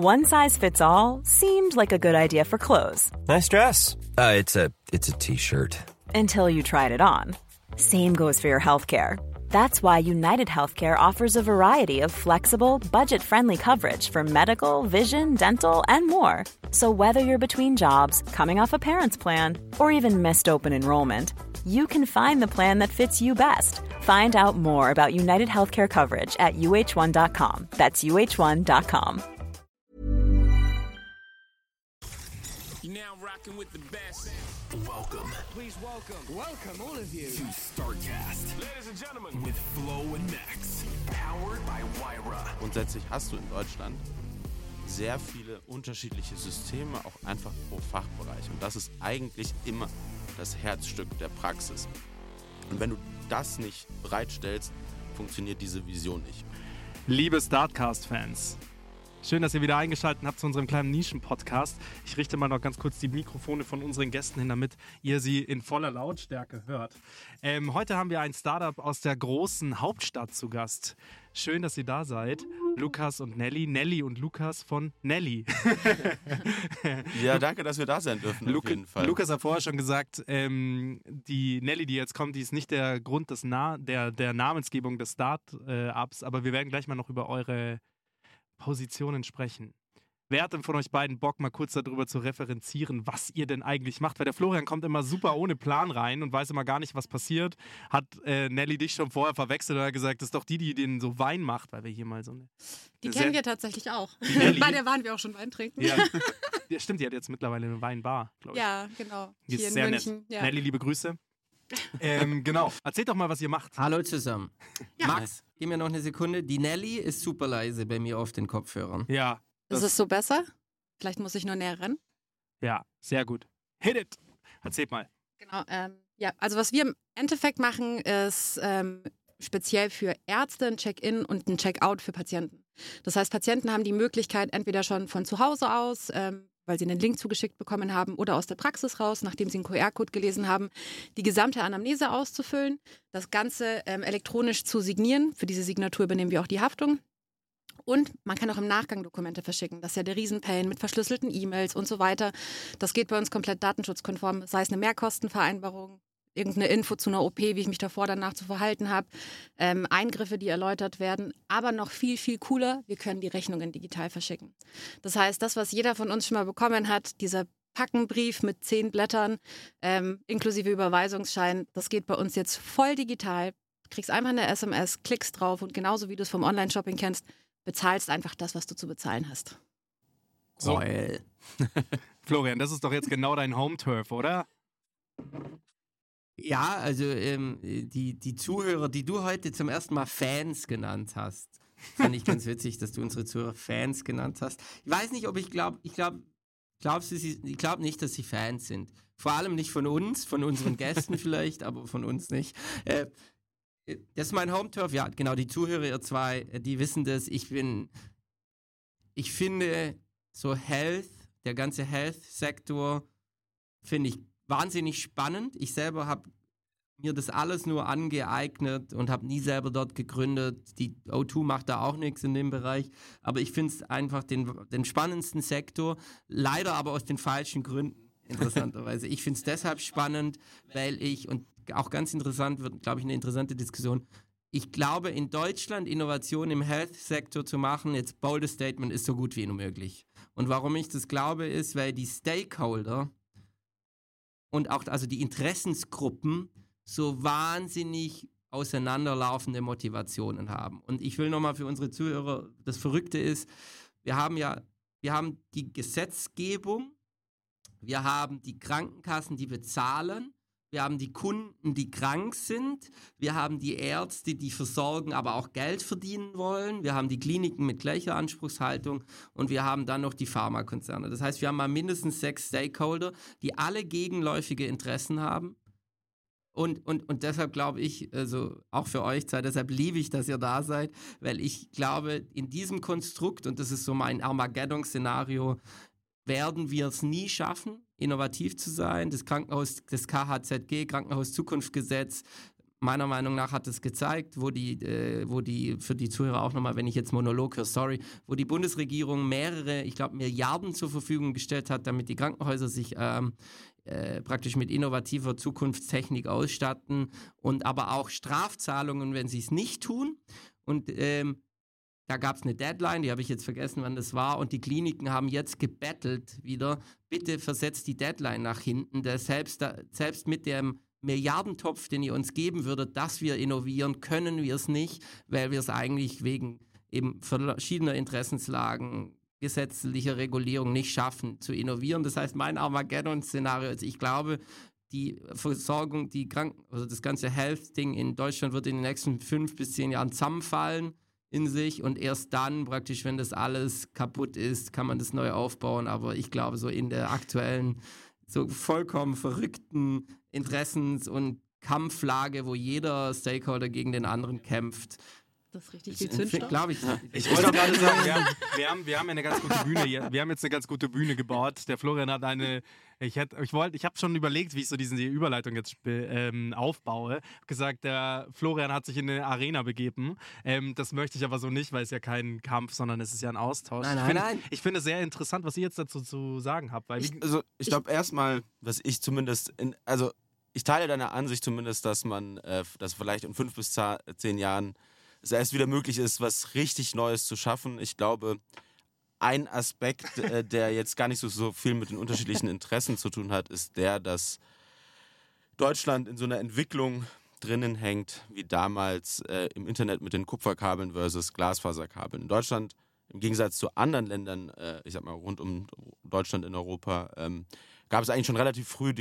One size fits all seemed like a good idea for clothes. Nice dress. It's a t-shirt. Until you tried it on. Same goes for your healthcare. That's why United Healthcare offers a variety of flexible, budget-friendly coverage for medical, vision, dental, and more. So whether you're between jobs, coming off a parent's plan, or even missed open enrollment, you can find the plan that fits you best. Find out more about United Healthcare coverage at uh1.com. That's uh1.com. You're now rocking with the best. Welcome. Please welcome all of you to StarCast. Ladies and gentlemen. With Flo and Max. Powered by Wyra. Grundsätzlich hast du in Deutschland sehr viele unterschiedliche Systeme, auch einfach pro Fachbereich. Und das ist eigentlich immer das Herzstück der Praxis. Und wenn du das nicht bereitstellst, funktioniert diese Vision nicht. Liebe StarCast-Fans, schön, dass ihr wieder eingeschaltet habt zu unserem kleinen Nischen-Podcast. Ich richte mal noch ganz kurz die Mikrofone von unseren Gästen hin, damit ihr sie in voller Lautstärke hört. Heute haben wir ein Startup aus der großen Hauptstadt zu Gast. Schön, dass ihr da seid. Lukas und Nelly. Nelly und Lukas von Nelly. Ja, danke, dass wir da sein dürfen, auf jeden Fall. Lukas hat vorher schon gesagt, die Nelly, die jetzt kommt, die ist nicht der Grund der Namensgebung des Start-ups, aber wir werden gleich mal noch über eure Positionen sprechen. Wer hat denn von euch beiden Bock, mal kurz darüber zu referenzieren, was ihr denn eigentlich macht? Weil der Florian kommt immer super ohne Plan rein und weiß immer gar nicht, was passiert. Hat Nelly dich schon vorher verwechselt oder gesagt, das ist doch die den so Wein macht, weil wir hier mal so eine... Die kennen wir tatsächlich auch. Bei der waren wir auch schon Wein trinken. Ja, stimmt, die hat jetzt mittlerweile eine Weinbar, glaube ich. Ja, genau. Die hier ist in sehr München. nett. Ja. Nelly, liebe Grüße. Genau. Erzählt doch mal, was ihr macht. Hallo zusammen. Ja. Max, gib mir noch eine Sekunde. Die Nelly ist super leise bei mir auf den Kopfhörern. Ja. Ist es so besser? Vielleicht muss ich nur näher ran. Ja, sehr gut. Hit it! Erzählt mal. Genau. Ja, also was wir im Endeffekt machen, ist speziell für Ärzte ein Check-in und ein Check-out für Patienten. Das heißt, Patienten haben die Möglichkeit, entweder schon von zu Hause aus, weil sie einen Link zugeschickt bekommen haben, oder aus der Praxis raus, nachdem sie einen QR-Code gelesen haben, die gesamte Anamnese auszufüllen, das Ganze elektronisch zu signieren. Für diese Signatur übernehmen wir auch die Haftung. Und man kann auch im Nachgang Dokumente verschicken. Das ist ja der Riesenpain mit verschlüsselten E-Mails und so weiter. Das geht bei uns komplett datenschutzkonform, sei es eine Mehrkostenvereinbarung, irgendeine Info zu einer OP, wie ich mich davor, danach zu verhalten habe, Eingriffe, die erläutert werden. Aber noch viel, viel cooler, wir können die Rechnungen digital verschicken. Das heißt, das, was jeder von uns schon mal bekommen hat, dieser Packenbrief mit 10 Blättern, inklusive Überweisungsschein, das geht bei uns jetzt voll digital. Du kriegst einfach eine SMS, klickst drauf und genauso wie du es vom Online-Shopping kennst, bezahlst einfach das, was du zu bezahlen hast. So. Florian, das ist doch jetzt genau dein Home-Turf, oder? Ja, also die Zuhörer, die du heute zum ersten Mal Fans genannt hast, fand ich ganz witzig, dass du unsere Zuhörer Fans genannt hast. Ich weiß nicht, ob ich glaube nicht, dass sie Fans sind. Vor allem nicht von uns, von unseren Gästen vielleicht, aber von uns nicht. Das ist mein Home-Turf, ja, genau, die Zuhörer, ihr zwei, die wissen das. Ich finde so der ganze Health-Sektor, finde ich wahnsinnig spannend. Ich selber habe mir das alles nur angeeignet und habe nie selber dort gegründet. Die O2 macht da auch nichts in dem Bereich, aber ich finde es einfach den spannendsten Sektor, leider aber aus den falschen Gründen, interessanterweise. Ich finde es deshalb spannend, weil und auch ganz interessant wird, glaube ich, eine interessante Diskussion. Ich glaube, in Deutschland Innovation im Health-Sektor zu machen, jetzt boldes Statement, ist so gut wie unmöglich. Und warum ich das glaube, ist, weil die Stakeholder und auch also die Interessensgruppen so wahnsinnig auseinanderlaufende Motivationen haben. Und ich will nochmal für unsere Zuhörer, das Verrückte ist, wir haben die Gesetzgebung, wir haben die Krankenkassen, die bezahlen, wir haben die Kunden, die krank sind. Wir haben die Ärzte, die versorgen, aber auch Geld verdienen wollen. Wir haben die Kliniken mit gleicher Anspruchshaltung. Und wir haben dann noch die Pharmakonzerne. Das heißt, wir haben mal mindestens 6 Stakeholder, die alle gegenläufige Interessen haben. Und deshalb glaube ich, also auch für euch zwei, deshalb liebe ich, dass ihr da seid, weil ich glaube, in diesem Konstrukt, und das ist so mein Armageddon-Szenario, werden wir es nie schaffen, innovativ zu sein. Das KHZG, Krankenhauszukunftsgesetz, meiner Meinung nach hat es gezeigt, wo die für die Zuhörer auch nochmal, wenn ich jetzt Monolog höre, sorry, wo die Bundesregierung mehrere, ich glaube Milliarden zur Verfügung gestellt hat, damit die Krankenhäuser sich praktisch mit innovativer Zukunftstechnik ausstatten und aber auch Strafzahlungen, wenn sie es nicht tun. Und da gab es eine Deadline, die habe ich jetzt vergessen, wann das war. Und die Kliniken haben jetzt gebettelt wieder, bitte versetzt die Deadline nach hinten. Selbst mit dem Milliardentopf, den ihr uns geben würdet, dass wir innovieren, können wir es nicht, weil wir es eigentlich wegen eben verschiedener Interessenslagen, gesetzlicher Regulierung nicht schaffen zu innovieren. Das heißt, mein Armageddon-Szenario, also ich glaube, die Versorgung, also das ganze Health-Ding in Deutschland wird in den nächsten 5 bis 10 Jahren zusammenfallen in sich und erst dann praktisch, wenn das alles kaputt ist, kann man das neu aufbauen. Aber ich glaube, so in der aktuellen, so vollkommen verrückten Interessens- und Kampflage, wo jeder Stakeholder gegen den anderen kämpft, Das ist richtig viel Zündstoff. glaube ich. Ich wollte gerade sagen, wir haben ja eine ganz gute Bühne hier. Wir haben jetzt eine ganz gute Bühne gebaut. Der Florian hat ich habe schon überlegt, wie ich so diese Überleitung jetzt aufbaue. Ich habe gesagt, der Florian hat sich in eine Arena begeben. Das möchte ich aber so nicht, weil es ja kein Kampf, sondern es ist ja ein Austausch. Nein. Ich finde es sehr interessant, was ihr jetzt dazu zu sagen habt. Weil Ich glaube erstmal, was ich zumindest, ich teile deine Ansicht zumindest, dass man, dass vielleicht in 5 bis 10 Jahren es erst wieder möglich ist, was richtig Neues zu schaffen. Ich glaube, ein Aspekt, der jetzt gar nicht so viel mit den unterschiedlichen Interessen zu tun hat, ist der, dass Deutschland in so einer Entwicklung drinnen hängt, wie damals im Internet mit den Kupferkabeln versus Glasfaserkabeln. In Deutschland, im Gegensatz zu anderen Ländern, ich sag mal rund um Deutschland in Europa, gab es eigentlich schon relativ früh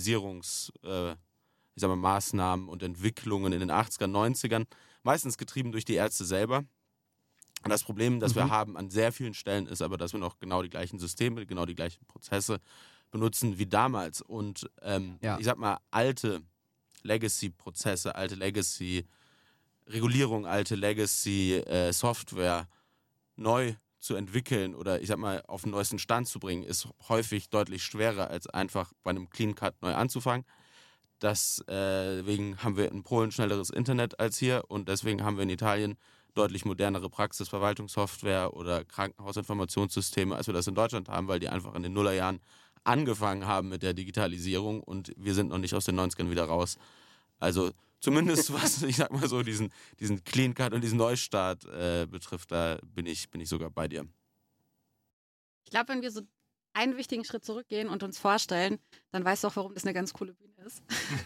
Maßnahmen und Entwicklungen in den 80ern, 90ern, meistens getrieben durch die Ärzte selber. Und das Problem, das wir haben an sehr vielen Stellen, ist aber, dass wir noch genau die gleichen Systeme, genau die gleichen Prozesse benutzen wie damals. Und ich sag mal, alte Legacy-Prozesse, alte Legacy-Regulierung, alte Legacy-Software neu zu entwickeln oder ich sag mal auf den neuesten Stand zu bringen, ist häufig deutlich schwerer, als einfach bei einem Clean Cut neu anzufangen. Deswegen haben wir in Polen schnelleres Internet als hier und deswegen haben wir in Italien deutlich modernere Praxisverwaltungssoftware oder Krankenhausinformationssysteme, als wir das in Deutschland haben, weil die einfach in den Nullerjahren angefangen haben mit der Digitalisierung und wir sind noch nicht aus den 90ern wieder raus. Also zumindest was, ich sag mal so, diesen Clean Cut und diesen Neustart betrifft, da bin ich sogar bei dir. Ich glaube, wenn wir so einen wichtigen Schritt zurückgehen und uns vorstellen, dann weißt du auch, warum das eine ganz coole Bühne ist.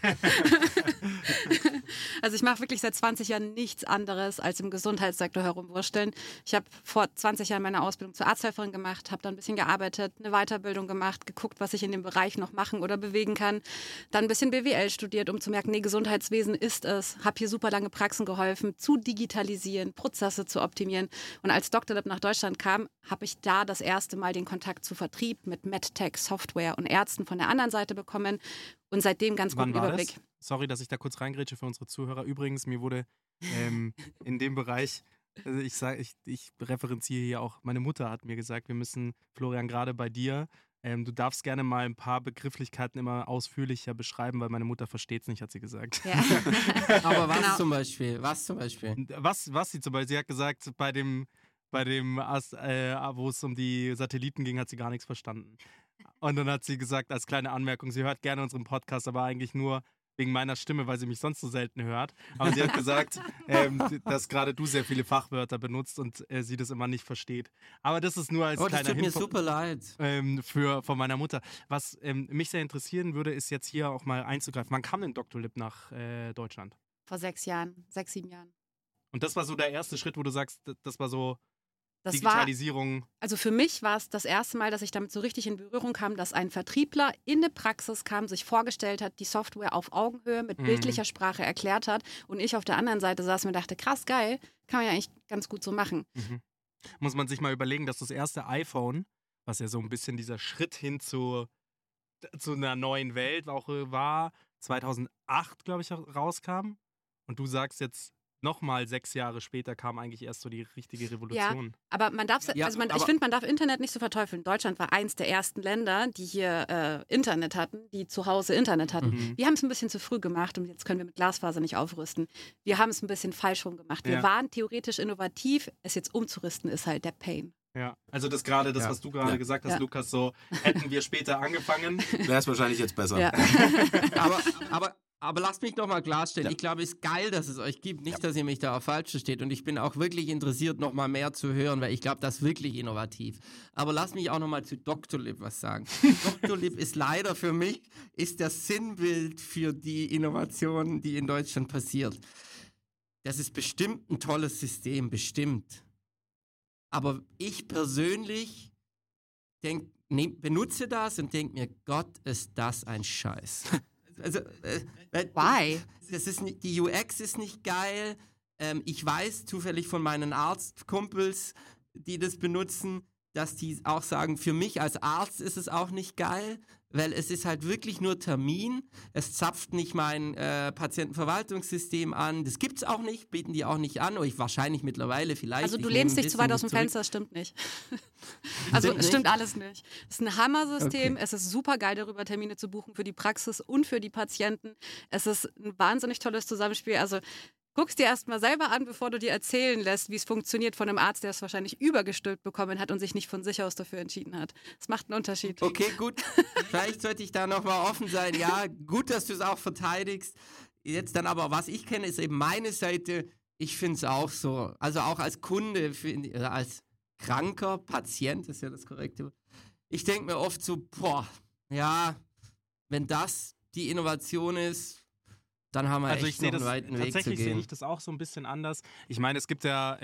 Also ich mache wirklich seit 20 Jahren nichts anderes als im Gesundheitssektor herumwursteln. Ich habe vor 20 Jahren meine Ausbildung zur Arzthelferin gemacht, habe dann ein bisschen gearbeitet, eine Weiterbildung gemacht, geguckt, was ich in dem Bereich noch machen oder bewegen kann. Dann ein bisschen BWL studiert, um zu merken, nee, Gesundheitswesen ist es. Habe hier super lange Praxen geholfen, zu digitalisieren, Prozesse zu optimieren. Und als Dr. Lab nach Deutschland kam, habe ich da das erste Mal den Kontakt zu Vertrieb mit MedTech, Software und Ärzten von der anderen Seite bekommen und seitdem ganz guten Überblick. Das? Sorry, dass ich da kurz reingrätsche für unsere Zuhörer. Übrigens, mir wurde in dem Bereich, also ich referenziere hier auch, meine Mutter hat mir gesagt, wir müssen, Florian, gerade bei dir, du darfst gerne mal ein paar Begrifflichkeiten immer ausführlicher beschreiben, weil meine Mutter versteht es nicht, hat sie gesagt. Ja. Aber was Genau. zum Beispiel? Was zum Beispiel? Was sie zum Beispiel, sie hat gesagt, bei dem wo es um die Satelliten ging, hat sie gar nichts verstanden. Und dann hat sie gesagt, als kleine Anmerkung, sie hört gerne unseren Podcast, aber eigentlich nur wegen meiner Stimme, weil sie mich sonst so selten hört. Aber sie hat gesagt, dass gerade du sehr viele Fachwörter benutzt und sie das immer nicht versteht. Aber das ist nur als Das kleiner tut mir Info super leid. von meiner Mutter. Was mich sehr interessieren würde, ist jetzt hier auch mal einzugreifen. Wann kam denn Dr. Lip nach Deutschland? Vor 6 Jahren, 6, 7 Jahren. Und das war so der erste Schritt, wo du sagst, das war so Das Digitalisierung. Also für mich war es das erste Mal, dass ich damit so richtig in Berührung kam, dass ein Vertriebler in eine Praxis kam, sich vorgestellt hat, die Software auf Augenhöhe mit bildlicher Sprache erklärt hat und ich auf der anderen Seite saß und mir dachte, krass, geil, kann man ja eigentlich ganz gut so machen. Muss man sich mal überlegen, dass das erste iPhone, was ja so ein bisschen dieser Schritt hin zu einer neuen Welt auch war, 2008, glaube ich, rauskam. Und du sagst jetzt nochmal 6 Jahre später kam eigentlich erst so die richtige Revolution. Ja, aber man darf, Ja, also ich aber- finde, man darf Internet nicht so verteufeln. Deutschland war eins der ersten Länder, die hier Internet hatten, die zu Hause Internet hatten. Wir haben es ein bisschen zu früh gemacht und jetzt können wir mit Glasfaser nicht aufrüsten. Wir haben es ein bisschen falsch rum gemacht. Wir Ja. waren theoretisch innovativ, es jetzt umzurüsten ist halt der Pain. Ja, also das gerade, was du gerade gesagt hast, Ja. Lukas, so hätten wir später angefangen. Wäre es wahrscheinlich jetzt besser. Ja. Aber lasst mich noch mal klarstellen. Ich glaube, es ist geil, dass es euch gibt. Nicht, dass ihr mich da auf falsch versteht. Und ich bin auch wirklich interessiert, noch mal mehr zu hören, weil ich glaube, das ist wirklich innovativ. Aber lasst mich auch noch mal zu Doctolib was sagen. Doctolib ist leider für mich das Sinnbild für die Innovation, die in Deutschland passiert. Das ist bestimmt ein tolles System, bestimmt. Aber ich persönlich benutze das und denke mir, Gott, ist das ein Scheiß. Also, Why? Die UX ist nicht geil. Ich weiß zufällig von meinen Arztkumpels, die das benutzen, dass die auch sagen, für mich als Arzt ist es auch nicht geil, weil es ist halt wirklich nur Termin. Es zapft nicht mein Patientenverwaltungssystem an. Das gibt's auch nicht, bieten die auch nicht an. Oder wahrscheinlich mittlerweile vielleicht. Also du Ich lehnst nehme ein dich zu weit aus dem bisschen Fenster, das stimmt nicht. Also Stimmt es stimmt nicht? alles nicht. Es ist ein Hammersystem, Okay. es ist super geil, darüber Termine zu buchen für die Praxis und für die Patienten. Es ist ein wahnsinnig tolles Zusammenspiel. Also guck's dir erst mal selber an, bevor du dir erzählen lässt, wie es funktioniert von einem Arzt, der es wahrscheinlich übergestülpt bekommen hat und sich nicht von sich aus dafür entschieden hat. Das macht einen Unterschied. Okay, gut. Vielleicht sollte ich da nochmal offen sein. Ja, gut, dass du es auch verteidigst. Jetzt dann aber, was ich kenne, ist eben meine Seite. Ich finde es auch so. Also auch als Kunde, als kranker Patient, ist ja das korrekte. Ich denke mir oft so, wenn das die Innovation ist, dann haben wir Also ich echt sehe noch das, einen weiten Weg zu tatsächlich sehe gehen. ich das auch so ein bisschen anders. Ich meine, es gibt ja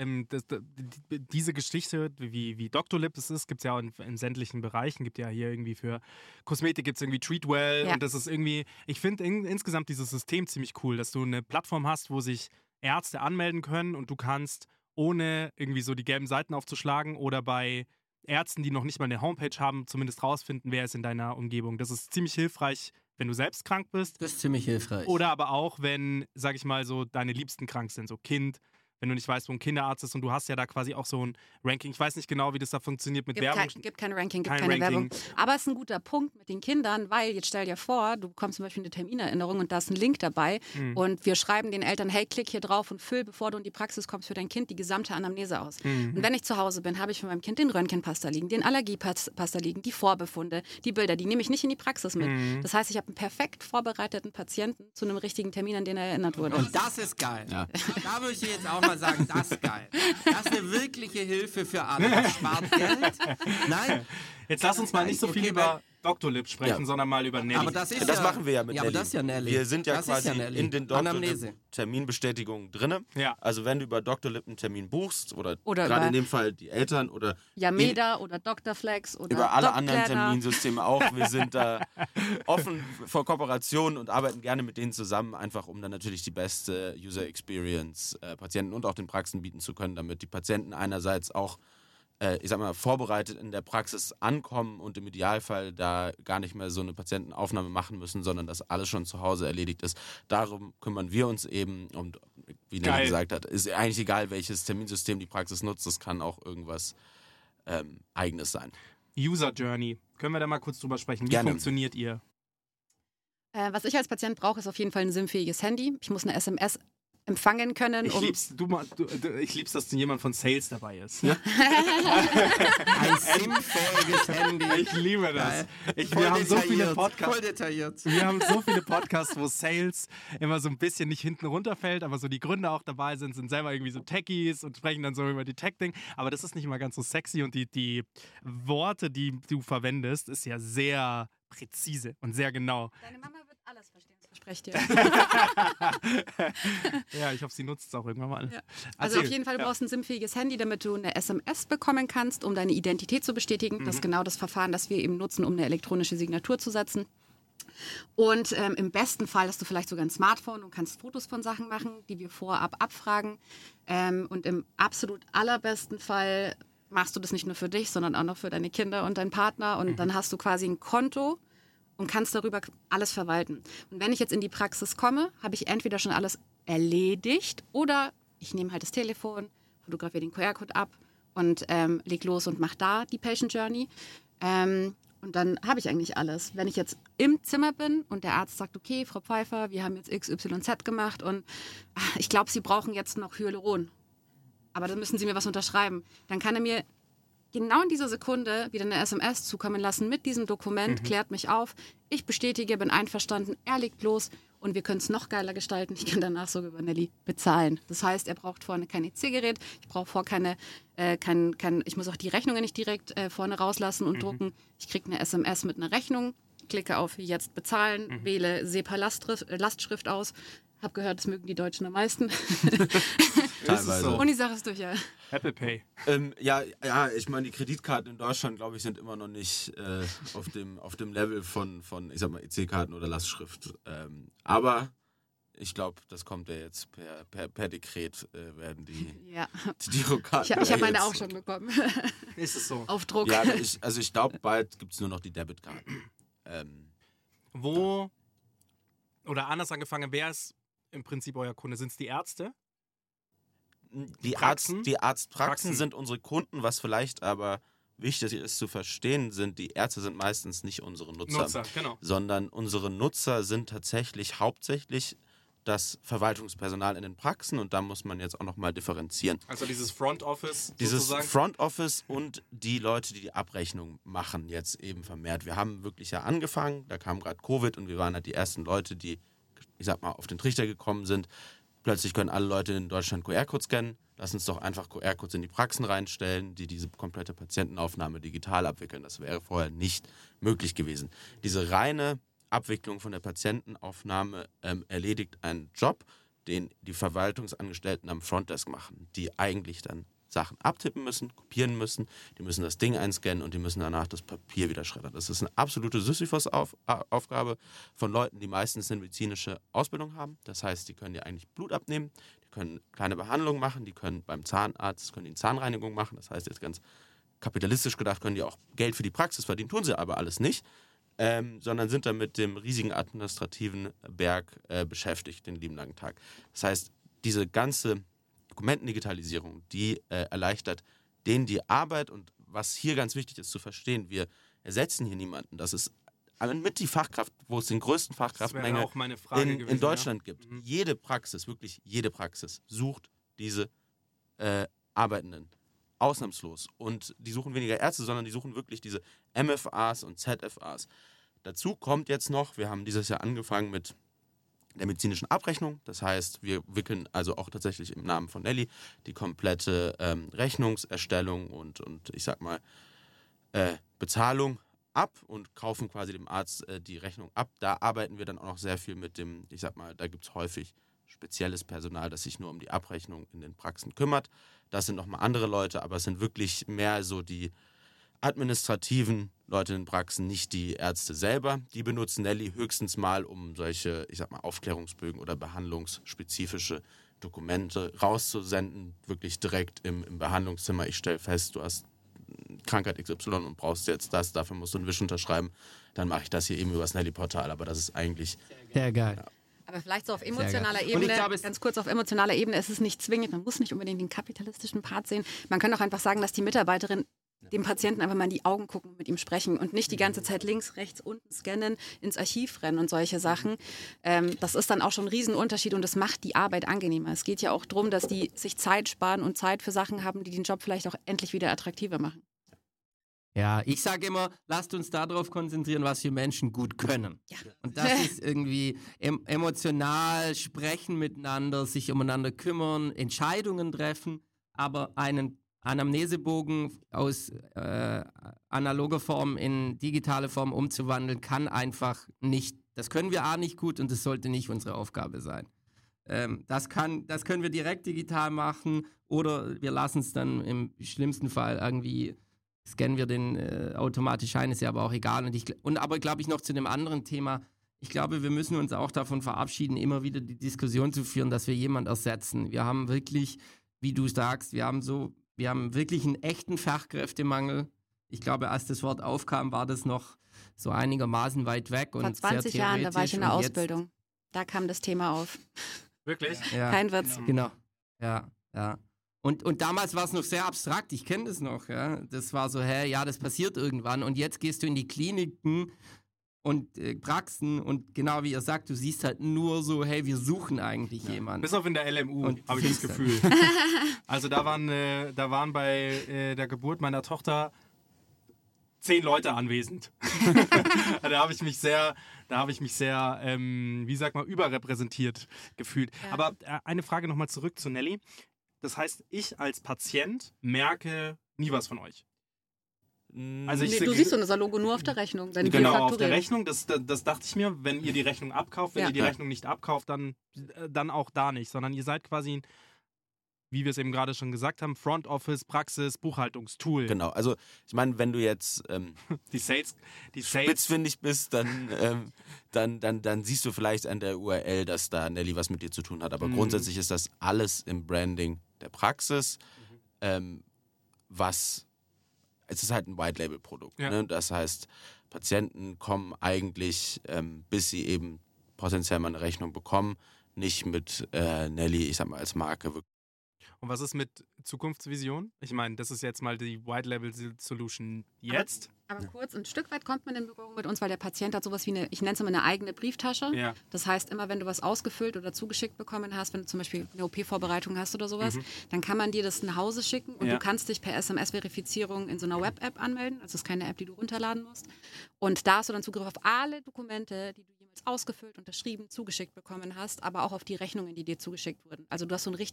diese Geschichte, wie Doctolib es ist, gibt es ja auch in sämtlichen Bereichen. Gibt ja hier irgendwie für Kosmetik gibt es irgendwie Treatwell Ja. und das ist irgendwie, ich finde insgesamt dieses System ziemlich cool, dass du eine Plattform hast, wo sich Ärzte anmelden können und du kannst, ohne irgendwie so die gelben Seiten aufzuschlagen oder bei Ärzten, die noch nicht mal eine Homepage haben, zumindest rausfinden, wer ist in deiner Umgebung. Das ist ziemlich hilfreich, wenn du selbst krank bist. Das ist ziemlich hilfreich. Oder aber auch, wenn, sag ich mal, so deine Liebsten krank sind, so Kind, wenn du nicht weißt, wo ein Kinderarzt ist und du hast ja da quasi auch so ein Ranking. Ich weiß nicht genau, wie das da funktioniert mit Werbung. Gibt kein Ranking, gibt Kein keine Ranking. Werbung. Aber es ist ein guter Punkt mit den Kindern, weil jetzt stell dir vor, du bekommst zum Beispiel eine Terminerinnerung und da ist ein Link dabei und wir schreiben den Eltern, hey, klick hier drauf und füll, bevor du in die Praxis kommst, für dein Kind die gesamte Anamnese aus. Und wenn ich zu Hause bin, habe ich von meinem Kind den Röntgenpasta liegen, den Allergiepasta liegen, die Vorbefunde, die Bilder, die nehme ich nicht in die Praxis mit. Das heißt, ich habe einen perfekt vorbereiteten Patienten zu einem richtigen Termin, an den er erinnert wurde. Und das ist geil. Ja. Da möchte ich jetzt auch mal sagen, das ist geil. Das ist eine wirkliche Hilfe für alle. Das spart Geld. Nein, Jetzt lass uns mal nicht so viel Okay, über Doctolib sprechen, Ja. sondern mal über Nelly. aber das ist Das ja, machen wir ja mit Ja, Nelly. aber das ist ja Nelly. Wir sind ja Das ist quasi Nelly. in den Anamnese. Doctolib-Terminbestätigungen drin. Ja. Also wenn du über Doctolib einen Termin buchst oder Oder gerade über- in dem Fall die Eltern oder Yameda oder Dr. Flex oder über alle Doc anderen Planner. Terminsysteme auch. Wir sind da offen vor Kooperationen und arbeiten gerne mit denen zusammen, einfach um dann natürlich die beste User Experience Patienten und auch den Praxen bieten zu können, damit die Patienten einerseits auch ich sag mal, vorbereitet in der Praxis ankommen und im Idealfall da gar nicht mehr so eine Patientenaufnahme machen müssen, sondern dass alles schon zu Hause erledigt ist. Darum kümmern wir uns eben und wie Nelly Geil. gesagt hat, ist eigentlich egal, welches Terminsystem die Praxis nutzt, das kann auch irgendwas Eigenes sein. User Journey. Können wir da mal kurz drüber sprechen? Wie Gerne. funktioniert ihr? Was ich als Patient brauche, ist auf jeden Fall ein SIM-fähiges Handy. Ich muss eine SMS empfangen können. Ich lieb's, dass jemand von Sales dabei ist. Ein SIM-fähiges Handy. Ich liebe das. Geil. Wir haben so viele Voll Podcasts. detailliert. Wir haben so viele Podcasts, wo Sales immer so ein bisschen nicht hinten runterfällt, aber so die Gründe auch dabei sind selber irgendwie so Techies und sprechen dann so über die Tech-Ding. Aber das ist nicht immer ganz so sexy und die Worte, die du verwendest, ist ja sehr präzise und sehr genau. Deine Mama wird alles verstehen, das verspreche ich dir. Ja, ich hoffe, sie nutzt es auch irgendwann mal. Ja. Also Erzähl. auf jeden Fall, du brauchst ein SIM-fähiges Handy, damit du eine SMS bekommen kannst, um deine Identität zu bestätigen. Das ist genau das Verfahren, das wir eben nutzen, um eine elektronische Signatur zu setzen. Und im besten Fall hast du vielleicht sogar ein Smartphone und kannst Fotos von Sachen machen, die wir vorab abfragen. Und im absolut allerbesten Fall machst du das nicht nur für dich, sondern auch noch für deine Kinder und deinen Partner. Und dann hast du quasi ein Konto und kannst darüber alles verwalten. Und wenn ich jetzt in die Praxis komme, habe ich entweder schon alles erledigt oder ich nehme halt das Telefon, fotografiere den QR-Code ab und leg los und mache da die Patient Journey. Und dann habe ich eigentlich alles. Wenn ich jetzt im Zimmer bin und der Arzt sagt, okay, Frau Pfeiffer, wir haben jetzt XYZ gemacht und ich glaube, Sie brauchen jetzt noch Hyaluron. Aber dann müssen Sie mir was unterschreiben. Dann kann er mir genau in dieser Sekunde wieder eine SMS zukommen lassen mit diesem Dokument, klärt mich auf, ich bestätige, bin einverstanden, er legt los und wir können es noch geiler gestalten. Ich kann danach sogar über Nelly bezahlen. Das heißt, er braucht vorne kein EC-Gerät, ich brauche vorne ich muss auch die Rechnungen nicht direkt vorne rauslassen und drucken. Ich kriege eine SMS mit einer Rechnung, klicke auf Jetzt bezahlen, wähle SEPA-Lastschrift aus. Hab gehört, das mögen die Deutschen am meisten. Teilweise. Und die Sache ist durch, ja. Apple Pay. Ja, ich meine, die Kreditkarten in Deutschland, glaube ich, sind immer noch nicht auf dem Level von ich sag mal, EC-Karten oder Lastschrift. Aber ich glaube, das kommt ja jetzt per Dekret, werden die Girokarten. Ich habe meine auch schon bekommen. Ist es so? Auf Druck. Ja, ich glaube, bald gibt es nur noch die Debitkarten. Oder anders angefangen, wer ist im Prinzip euer Kunde? Sind es die Ärzte? Die Arztpraxen sind unsere Kunden, was vielleicht aber wichtig ist zu verstehen, die Ärzte sind meistens nicht unsere Nutzer, genau. Sondern unsere Nutzer sind tatsächlich hauptsächlich das Verwaltungspersonal in den Praxen und da muss man jetzt auch nochmal differenzieren. Also dieses Front Office sozusagen? Front Office und die Leute, die Abrechnung machen, jetzt eben vermehrt. Wir haben wirklich ja angefangen, da kam gerade Covid und wir waren halt die ersten Leute, die, ich sag mal, auf den Trichter gekommen sind. Plötzlich können alle Leute in Deutschland QR-Codes scannen. Lass uns doch einfach QR-Codes in die Praxen reinstellen, die diese komplette Patientenaufnahme digital abwickeln. Das wäre vorher nicht möglich gewesen. Diese reine Abwicklung von der Patientenaufnahme erledigt einen Job, den die Verwaltungsangestellten am Frontdesk machen, die eigentlich dann Sachen abtippen müssen, kopieren müssen, die müssen das Ding einscannen und die müssen danach das Papier wieder schreddern. Das ist eine absolute Sisyphos-Aufgabe von Leuten, die meistens eine medizinische Ausbildung haben. Das heißt, die können dir eigentlich Blut abnehmen, die können kleine Behandlungen machen, die können beim Zahnarzt, können die eine Zahnreinigung machen. Das heißt, jetzt ganz kapitalistisch gedacht, können die auch Geld für die Praxis verdienen, tun sie aber alles nicht, sondern sind dann mit dem riesigen administrativen Berg beschäftigt den lieben langen Tag. Das heißt, diese ganze Dokumentendigitalisierung, die erleichtert denen die Arbeit und was hier ganz wichtig ist zu verstehen, wir ersetzen hier niemanden. Das ist mit die Fachkraft, wo es den größten Fachkraftmenge in Deutschland gibt. Jede Praxis, wirklich jede Praxis sucht diese Arbeitenden. Ausnahmslos. Und die suchen weniger Ärzte, sondern die suchen wirklich diese MFAs und ZFAs. Dazu kommt jetzt noch, wir haben dieses Jahr angefangen mit der medizinischen Abrechnung. Das heißt, wir wickeln also auch tatsächlich im Namen von Nelly die komplette Rechnungserstellung und ich sag mal Bezahlung ab und kaufen quasi dem Arzt die Rechnung ab. Da arbeiten wir dann auch noch sehr viel mit dem, ich sag mal, da gibt es häufig spezielles Personal, das sich nur um die Abrechnung in den Praxen kümmert. Das sind nochmal andere Leute, aber es sind wirklich mehr so die administrativen Leute in den Praxen, nicht die Ärzte selber. Die benutzen Nelly höchstens mal, um solche, ich sag mal, Aufklärungsbögen oder behandlungsspezifische Dokumente rauszusenden, wirklich direkt im Behandlungszimmer. Ich stelle fest, du hast Krankheit XY und brauchst jetzt das, dafür musst du einen Wisch unterschreiben. Dann mache ich das hier eben über das Nelly-Portal, aber das ist eigentlich... Sehr geil. Ja. Aber vielleicht so auf emotionaler Ebene, ganz kurz auf emotionaler Ebene, ist es nicht zwingend, man muss nicht unbedingt den kapitalistischen Part sehen. Man kann auch einfach sagen, dass die Mitarbeiterin dem Patienten einfach mal in die Augen gucken und mit ihm sprechen und nicht die ganze Zeit links, rechts, unten scannen, ins Archiv rennen und solche Sachen. Das ist dann auch schon ein Riesenunterschied und das macht die Arbeit angenehmer. Es geht ja auch darum, dass die sich Zeit sparen und Zeit für Sachen haben, die den Job vielleicht auch endlich wieder attraktiver machen. Ja, ich sage immer, lasst uns darauf konzentrieren, was wir Menschen gut können. Ja. Und das ist irgendwie emotional sprechen miteinander, sich umeinander kümmern, Entscheidungen treffen, aber einen Anamnesebogen aus analoger Form in digitale Form umzuwandeln, kann einfach nicht. Das können wir nicht gut und das sollte nicht unsere Aufgabe sein. Das können wir direkt digital machen oder wir lassen es dann im schlimmsten Fall irgendwie, scannen wir den automatisch ein, ist ja aber auch egal. Aber glaube ich noch zu dem anderen Thema, ich glaube, wir müssen uns auch davon verabschieden, immer wieder die Diskussion zu führen, dass wir jemanden ersetzen. Wir haben wirklich, wie du sagst, wir haben wirklich einen echten Fachkräftemangel. Ich glaube, als das Wort aufkam, war das noch so einigermaßen weit weg. Vor 20 Jahren, da war ich in der Ausbildung. Da kam das Thema auf. Wirklich? Ja. Kein Witz. Genau. Ja. Und damals war es noch sehr abstrakt, ich kenne das noch, ja. Das war so, das passiert irgendwann und jetzt gehst du in die Kliniken und Praxen und genau wie ihr sagt, du siehst halt nur so, wir suchen eigentlich jemanden. Bis auf in der LMU, habe ich das Gefühl. Also da waren bei der Geburt meiner Tochter 10 Leute anwesend. Da habe ich mich sehr, wie sagt man, überrepräsentiert gefühlt. Ja. Aber eine Frage nochmal zurück zu Nelly. Das heißt, ich als Patient merke nie was von euch. Also du siehst unser Logo nur auf der Rechnung. Wenn wir auf der Rechnung, das dachte ich mir, wenn ihr die Rechnung abkauft, wenn ihr die Rechnung nicht abkauft, dann auch da nicht, sondern ihr seid quasi, wie wir es eben gerade schon gesagt haben, Front Office, Praxis, Buchhaltungstool. Genau, also ich meine, wenn du jetzt die Sales spitzfindig bist, dann siehst du vielleicht an der URL, dass da Nelly was mit dir zu tun hat, aber grundsätzlich ist das alles im Branding der Praxis, es ist halt ein White-Label-Produkt. Ja. Ne? Das heißt, Patienten kommen eigentlich, bis sie eben potenziell mal eine Rechnung bekommen, nicht mit Nelly, ich sag mal, als Marke. Und was ist mit Zukunftsvision? Ich meine, das ist jetzt mal die White-Label-Solution jetzt. Aber kurz, ein Stück weit kommt man in Berührung mit uns, weil der Patient hat sowas wie ich nenne es immer eine eigene Brieftasche. Ja. Das heißt, immer wenn du was ausgefüllt oder zugeschickt bekommen hast, wenn du zum Beispiel eine OP-Vorbereitung hast oder sowas, dann kann man dir das nach Hause schicken und du kannst dich per SMS-Verifizierung in so einer Web-App anmelden. Also das ist keine App, die du runterladen musst. Und da hast du dann Zugriff auf alle Dokumente, die du jemals ausgefüllt, unterschrieben, zugeschickt bekommen hast, aber auch auf die Rechnungen, die dir zugeschickt wurden. Also du hast so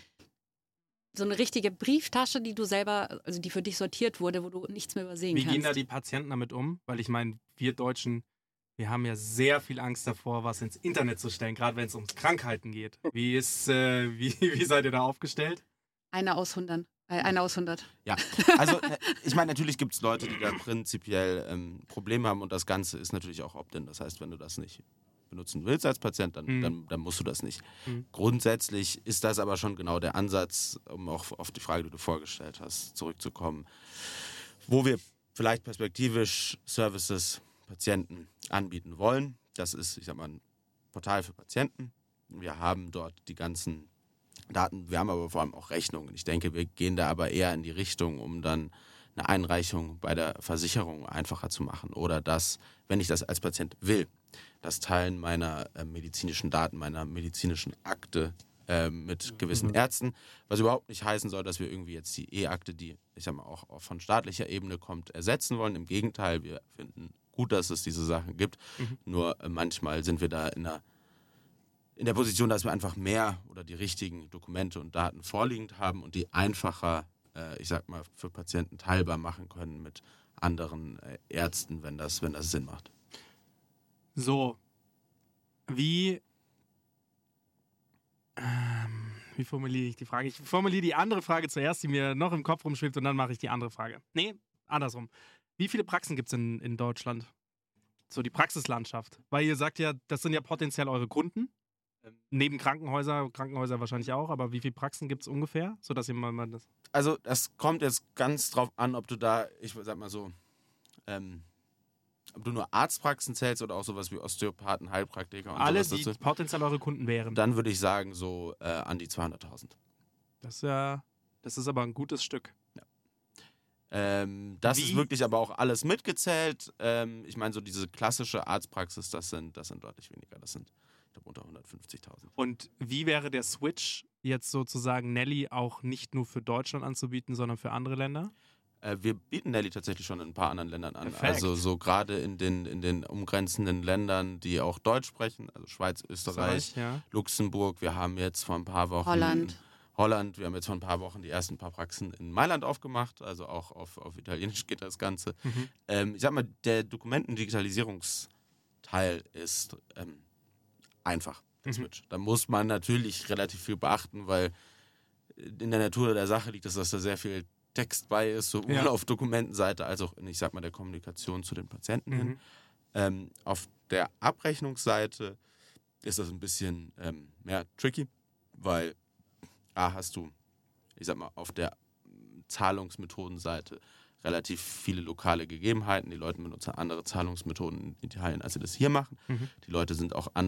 eine richtige Brieftasche, die du selber, also die für dich sortiert wurde, wo du nichts mehr übersehen kannst. Wie gehen da die Patienten damit um? Weil ich meine, wir Deutschen, wir haben ja sehr viel Angst davor, was ins Internet zu stellen, gerade wenn es um Krankheiten geht. Wie seid ihr da aufgestellt? Einer aus 100. Ja, also ich meine, natürlich gibt es Leute, die da prinzipiell Probleme haben und das Ganze ist natürlich auch Opt-in. Das heißt, wenn du das nicht benutzen willst als Patient, dann musst du das nicht. Grundsätzlich ist das aber schon genau der Ansatz, um auch auf die Frage, die du vorgestellt hast, zurückzukommen, wo wir vielleicht perspektivisch Services Patienten anbieten wollen. Das ist, ich sag mal, ein Portal für Patienten. Wir haben dort die ganzen Daten, wir haben aber vor allem auch Rechnungen. Ich denke, wir gehen da aber eher in die Richtung, um dann eine Einreichung bei der Versicherung einfacher zu machen oder das, wenn ich das als Patient will, das Teilen meiner medizinischen Daten, meiner medizinischen Akte mit gewissen Ärzten, was überhaupt nicht heißen soll, dass wir irgendwie jetzt die E-Akte, die, ich sag mal, auch von staatlicher Ebene kommt, ersetzen wollen. Im Gegenteil, wir finden gut, dass es diese Sachen gibt, nur manchmal sind wir da in der Position, dass wir einfach mehr oder die richtigen Dokumente und Daten vorliegend haben und die einfacher, ich sag mal, für Patienten teilbar machen können mit anderen Ärzten, wenn das Sinn macht. So, wie formuliere ich die Frage? Ich formuliere die andere Frage zuerst, die mir noch im Kopf rumschwebt und dann mache ich die andere Frage. Nee, andersrum. Wie viele Praxen gibt es in Deutschland? So die Praxislandschaft. Weil ihr sagt ja, das sind ja potenziell eure Kunden. Neben Krankenhäuser wahrscheinlich auch, aber wie viele Praxen gibt es ungefähr, sodass ihr mal das... Also das kommt jetzt ganz drauf an, ob du da, ich sag mal so, ob du nur Arztpraxen zählst oder auch sowas wie Osteopathen, Heilpraktiker und alle, sowas. Die potenziell eure Kunden wären. Dann würde ich sagen so an die 200.000. Das ist aber ein gutes Stück. Ja. Das ist wirklich aber auch alles mitgezählt. Ich meine, so diese klassische Arztpraxis, das sind deutlich weniger. Das sind unter 150.000. Und wie wäre der Switch jetzt sozusagen Nelly auch nicht nur für Deutschland anzubieten, sondern für andere Länder? Wir bieten Nelly tatsächlich schon in ein paar anderen Ländern an. Perfekt. Also so gerade in den umgrenzenden Ländern, die auch Deutsch sprechen, also Schweiz, Österreich, Luxemburg. Wir haben jetzt vor ein paar Wochen Holland. Wir haben jetzt vor ein paar Wochen die ersten paar Praxen in Mailand aufgemacht. Also auch auf Italienisch geht das Ganze. Ich sag mal, der Dokumentendigitalisierungsteil ist einfach, der Switch. Da muss man natürlich relativ viel beachten, weil in der Natur der Sache liegt es, dass da sehr viel Text bei ist, sowohl auf Dokumentenseite als auch in, ich sag mal, der Kommunikation zu den Patienten hin. Auf der Abrechnungsseite ist das ein bisschen mehr tricky, weil hast du, ich sag mal, auf der Zahlungsmethodenseite relativ viele lokale Gegebenheiten. Die Leute benutzen andere Zahlungsmethoden in Italien, als sie das hier machen. Die Leute sind auch andere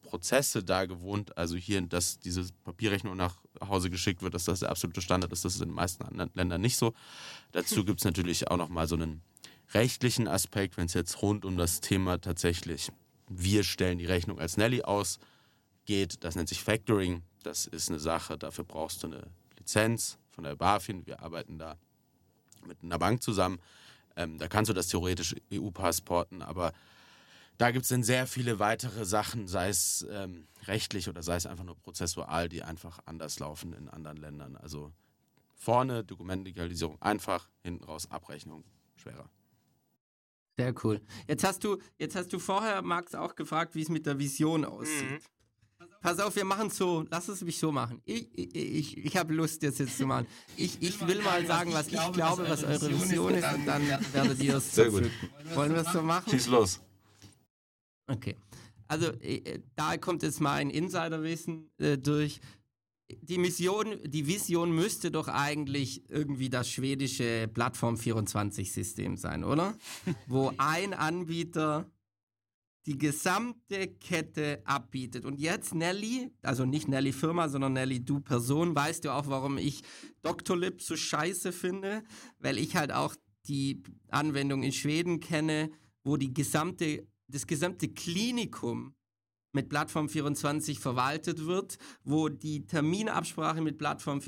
Prozesse da gewohnt. Also hier, dass diese Papierrechnung nach Hause geschickt wird, dass das der absolute Standard ist. Das ist in den meisten anderen Ländern nicht so. Dazu gibt es natürlich auch nochmal so einen rechtlichen Aspekt, wenn es jetzt rund um das Thema tatsächlich, wir stellen die Rechnung als Nelly aus, geht. Das nennt sich Factoring. Das ist eine Sache, dafür brauchst du eine Lizenz von der BaFin. Wir arbeiten da mit einer Bank zusammen. Da kannst du das theoretisch EU-passporten, aber da gibt es dann sehr viele weitere Sachen, sei es rechtlich oder sei es einfach nur prozessual, die einfach anders laufen in anderen Ländern. Also vorne Dokumentenlegalisierung einfach, hinten raus Abrechnung schwerer. Sehr cool. Jetzt hast du vorher, Max, auch gefragt, wie es mit der Vision aussieht. Pass auf, wir machen es so, lass es mich so machen. Ich habe Lust, das jetzt zu machen. Ich will mal sagen, was ich glaube, was eure Vision ist, und dann werdet ihr es zerpflücken. Wollen wir es so machen? Schieß los. Okay. Also, da kommt jetzt mein Insiderwissen durch. Die Vision müsste doch eigentlich irgendwie das schwedische Plattform-24-System sein, oder? Wo ein Anbieter die gesamte Kette abbietet. Und jetzt Nelly, also nicht Nelly Firma, sondern Nelly du Person, weißt du auch, warum ich Doctolib so scheiße finde? Weil ich halt auch die Anwendung in Schweden kenne, wo das gesamte Klinikum mit Plattform24 verwaltet wird, wo die Terminabsprache mit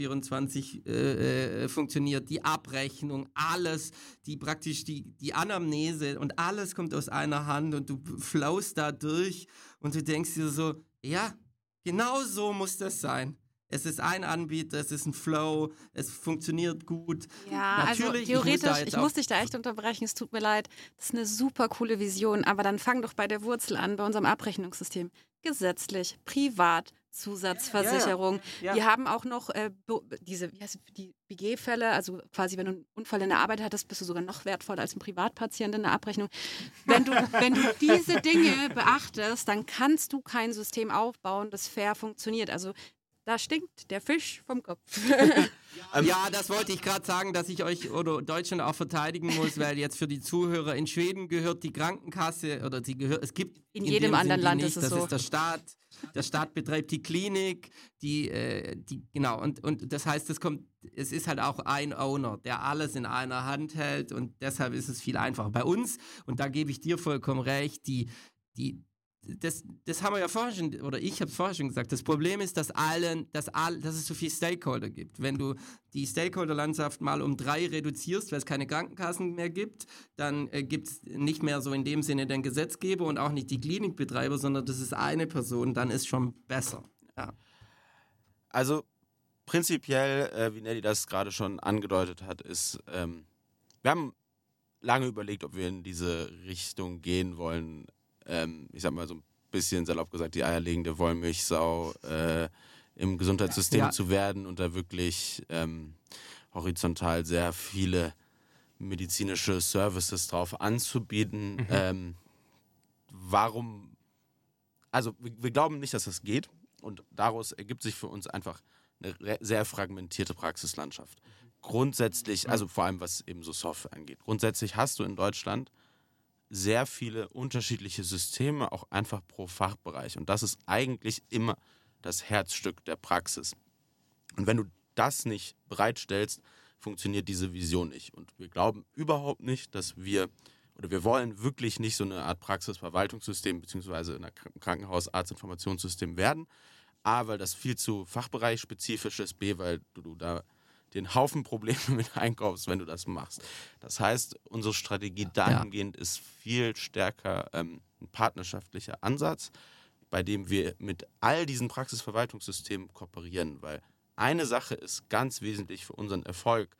Plattform24 funktioniert, die Abrechnung, alles, die Anamnese und alles kommt aus einer Hand und du flowst da durch und du denkst dir so, ja, genau so muss das sein. Es ist ein Anbieter, es ist ein Flow, es funktioniert gut. Ja, natürlich, also theoretisch, ich muss dich da echt unterbrechen, es tut mir leid. Das ist eine super coole Vision, aber dann fang doch bei der Wurzel an, bei unserem Abrechnungssystem. Gesetzlich, privat, Zusatzversicherung. Ja. Wir haben auch noch die BG-Fälle, also quasi, wenn du einen Unfall in der Arbeit hattest, bist du sogar noch wertvoller als ein Privatpatient in der Abrechnung. Wenn du diese Dinge beachtest, dann kannst du kein System aufbauen, das fair funktioniert. Also da stinkt der Fisch vom Kopf. Ja, das wollte ich gerade sagen, dass ich euch oder Deutschland auch verteidigen muss, weil jetzt für die Zuhörer in Schweden gehört die Krankenkasse oder es gibt in jedem anderen Land ist es das so. ist der Staat. Der Staat betreibt die Klinik, genau, und das heißt, es ist halt auch ein Owner, der alles in einer Hand hält und deshalb ist es viel einfacher. Bei uns, und da gebe ich dir vollkommen recht, das haben wir ja vorher schon, oder ich habe es vorher schon gesagt, das Problem ist, dass es so viele Stakeholder gibt. Wenn du die Stakeholder-Landschaft mal um 3 reduzierst, weil es keine Krankenkassen mehr gibt, dann gibt es nicht mehr so in dem Sinne den Gesetzgeber und auch nicht die Klinikbetreiber, sondern das ist eine Person, dann ist schon besser. Ja. Also prinzipiell, wie Nelly das gerade schon angedeutet hat, ist, wir haben lange überlegt, ob wir in diese Richtung gehen wollen. Ich sag mal so ein bisschen salopp gesagt, die eierlegende Wollmilchsau im Gesundheitssystem zu werden und da wirklich horizontal sehr viele medizinische Services drauf anzubieten. Warum? Also wir glauben nicht, dass das geht und daraus ergibt sich für uns einfach eine sehr fragmentierte Praxislandschaft. Grundsätzlich, also vor allem was eben so Software angeht, grundsätzlich hast du in Deutschland sehr viele unterschiedliche Systeme, auch einfach pro Fachbereich. Und das ist eigentlich immer das Herzstück der Praxis. Und wenn du das nicht bereitstellst, funktioniert diese Vision nicht. Und wir glauben überhaupt nicht, dass wir wollen wirklich nicht so eine Art Praxisverwaltungssystem beziehungsweise in einem Krankenhaus Arztinformationssystem werden. A, weil das viel zu fachbereichspezifisch ist. B, weil du da den Haufen Probleme mit einkaufst, wenn du das machst. Das heißt, unsere Strategie dahingehend ist viel stärker ein partnerschaftlicher Ansatz, bei dem wir mit all diesen Praxisverwaltungssystemen kooperieren, weil eine Sache ist ganz wesentlich für unseren Erfolg,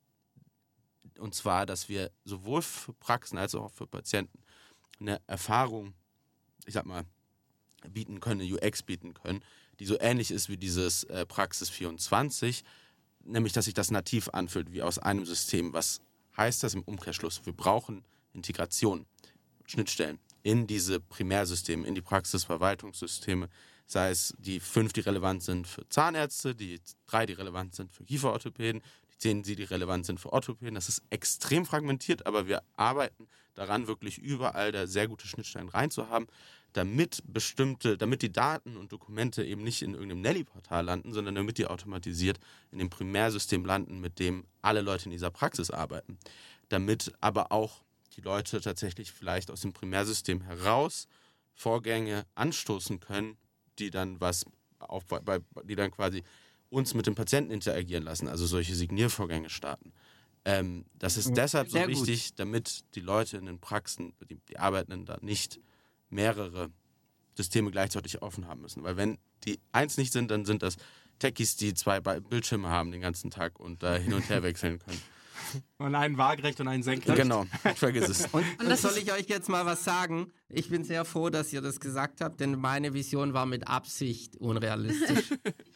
und zwar, dass wir sowohl für Praxen als auch für Patienten eine Erfahrung, ich sag mal, bieten können, eine UX bieten können, die so ähnlich ist wie dieses Praxis 24, nämlich, dass sich das nativ anfühlt, wie aus einem System. Was heißt das im Umkehrschluss? Wir brauchen Integration, Schnittstellen in diese Primärsysteme, in die Praxisverwaltungssysteme, sei es die 5, die relevant sind für Zahnärzte, die 3, die relevant sind für Kieferorthopäden, die sehen sie, die relevant sind für Orthopäden. Das ist extrem fragmentiert, aber wir arbeiten daran, wirklich überall da sehr gute Schnittstellen reinzuhaben, damit die Daten und Dokumente eben nicht in irgendeinem Nelly-Portal landen, sondern damit die automatisiert in dem Primärsystem landen, mit dem alle Leute in dieser Praxis arbeiten. Damit aber auch die Leute tatsächlich vielleicht aus dem Primärsystem heraus Vorgänge anstoßen können, die dann quasi uns mit dem Patienten interagieren lassen, also solche Signiervorgänge starten. Das ist deshalb so wichtig, damit die Leute in den Praxen, die Arbeitenden da nicht mehrere Systeme gleichzeitig offen haben müssen. Weil wenn die eins nicht sind, dann sind das Techies, die 2 Bildschirme haben den ganzen Tag und da hin und her wechseln können. Und einen waagerecht und einen senkrecht. Genau, vergiss es. Und soll ich euch jetzt mal was sagen? Ich bin sehr froh, dass ihr das gesagt habt, denn meine Vision war mit Absicht unrealistisch.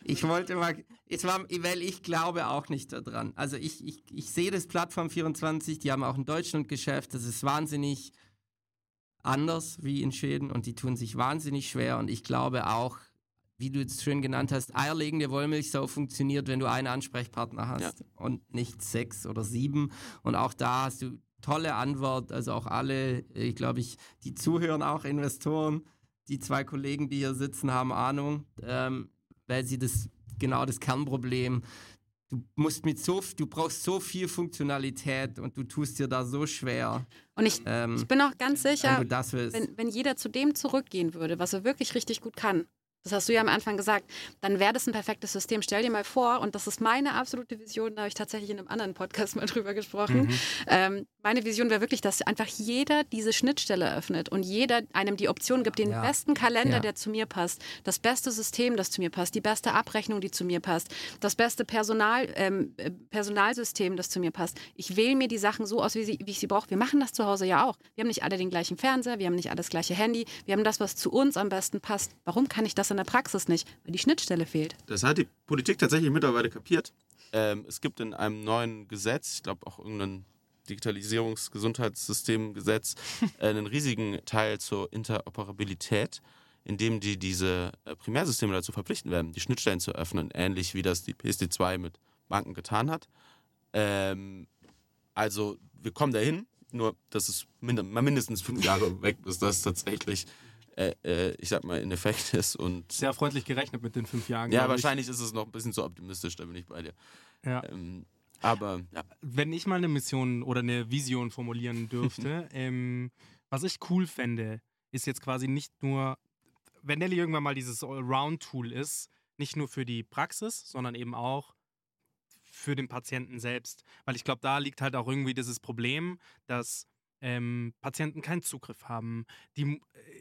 Weil ich glaube auch nicht daran. Also ich sehe das Plattform24, die haben auch ein Deutschlandgeschäft, das ist wahnsinnig anders wie in Schweden und die tun sich wahnsinnig schwer und ich glaube auch, wie du es schön genannt hast, eierlegende Wollmilchsau funktioniert, wenn du einen Ansprechpartner hast und nicht 6 oder 7. Und auch da hast du tolle Antwort, also auch alle, ich glaube, die zuhören, auch Investoren, die 2 Kollegen, die hier sitzen, haben Ahnung, weil sie das Kernproblem, du brauchst so viel Funktionalität und du tust dir da so schwer. Und ich bin auch ganz sicher, wenn wenn jeder zu dem zurückgehen würde, was er wirklich richtig gut kann, das hast du ja am Anfang gesagt, dann wäre das ein perfektes System. Stell dir mal vor, und das ist meine absolute Vision, da habe ich tatsächlich in einem anderen Podcast mal drüber gesprochen. Meine Vision wäre wirklich, dass einfach jeder diese Schnittstelle öffnet und jeder einem die Option gibt, den besten Kalender, der zu mir passt, das beste System, das zu mir passt, die beste Abrechnung, die zu mir passt, das beste Personalsystem, das zu mir passt. Ich wähle mir die Sachen so aus, wie ich sie brauche. Wir machen das zu Hause ja auch. Wir haben nicht alle den gleichen Fernseher, wir haben nicht alle das gleiche Handy, wir haben das, was zu uns am besten passt. Warum kann ich das in der Praxis nicht? Weil die Schnittstelle fehlt. Das hat die Politik tatsächlich mittlerweile kapiert. Es gibt in einem neuen Gesetz, ich glaube auch irgendein Digitalisierungsgesundheitssystemgesetz, einen riesigen Teil zur Interoperabilität, in dem die diese Primärsysteme dazu verpflichten werden, die Schnittstellen zu öffnen, ähnlich wie das die PSD2 mit Banken getan hat. Also wir kommen dahin, nur dass es mindestens 5 Jahre weg, bis das tatsächlich ich sag mal, in Effekt ist. Und sehr freundlich gerechnet mit den 5 Jahren. Ja, wahrscheinlich ist es noch ein bisschen zu optimistisch, da bin ich bei dir. Ja. Aber ja. Wenn ich mal eine Mission oder eine Vision formulieren dürfte, was ich cool fände, ist jetzt quasi nicht nur, wenn Nelly irgendwann mal dieses Allround-Tool ist, nicht nur für die Praxis, sondern eben auch für den Patienten selbst. Weil ich glaube, da liegt halt auch irgendwie dieses Problem, dass Patienten keinen Zugriff haben. Die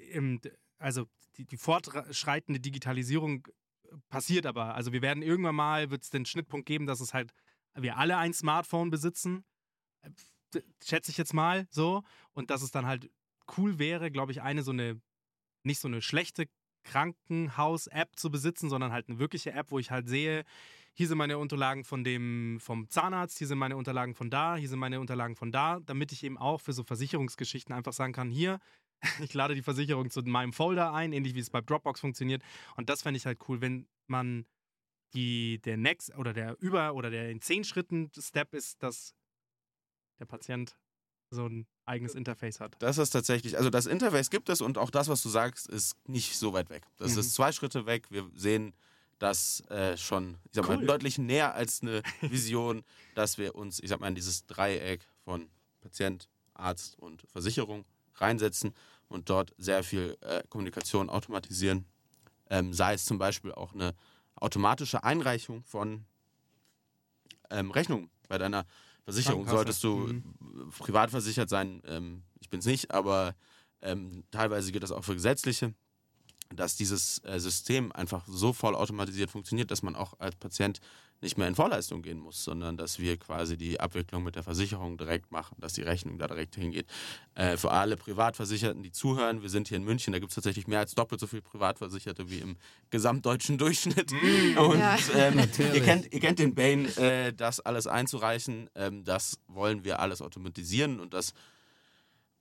fortschreitende Digitalisierung passiert aber. Also wir werden irgendwann mal, wird es den Schnittpunkt geben, dass es halt wir alle ein Smartphone besitzen, schätze ich jetzt mal so, und dass es dann halt cool wäre, glaube ich, nicht so eine schlechte Krankenhaus-App zu besitzen, sondern halt eine wirkliche App, wo ich halt sehe, hier sind meine Unterlagen vom Zahnarzt, hier sind meine Unterlagen von da, hier sind meine Unterlagen von da, damit ich eben auch für so Versicherungsgeschichten einfach sagen kann, hier, ich lade die Versicherung zu meinem Folder ein, ähnlich wie es bei Dropbox funktioniert. Und das fände ich halt cool, wenn man der in 10 Schritten Step ist, dass der Patient so ein eigenes Interface hat. Das ist tatsächlich, also das Interface gibt es und auch das, was du sagst, ist nicht so weit weg. Das ist 2 Schritte weg. Wir sehen das schon, ich sag mal, deutlich näher als eine Vision, dass wir uns, ich sag mal, in dieses Dreieck von Patient, Arzt und Versicherung reinsetzen und dort sehr viel Kommunikation automatisieren. Sei es zum Beispiel auch eine automatische Einreichung von Rechnungen bei deiner Versicherung. Solltest du privat versichert sein, ich bin es nicht, aber teilweise geht das auch für gesetzliche, dass dieses System einfach so voll automatisiert funktioniert, dass man auch als Patient nicht mehr in Vorleistung gehen muss, sondern dass wir quasi die Abwicklung mit der Versicherung direkt machen, dass die Rechnung da direkt hingeht. Für alle Privatversicherten, die zuhören, wir sind hier in München, da gibt es tatsächlich mehr als doppelt so viele Privatversicherte wie im gesamtdeutschen Durchschnitt. Und ihr kennt den Bane, das alles einzureichen, das wollen wir alles automatisieren und das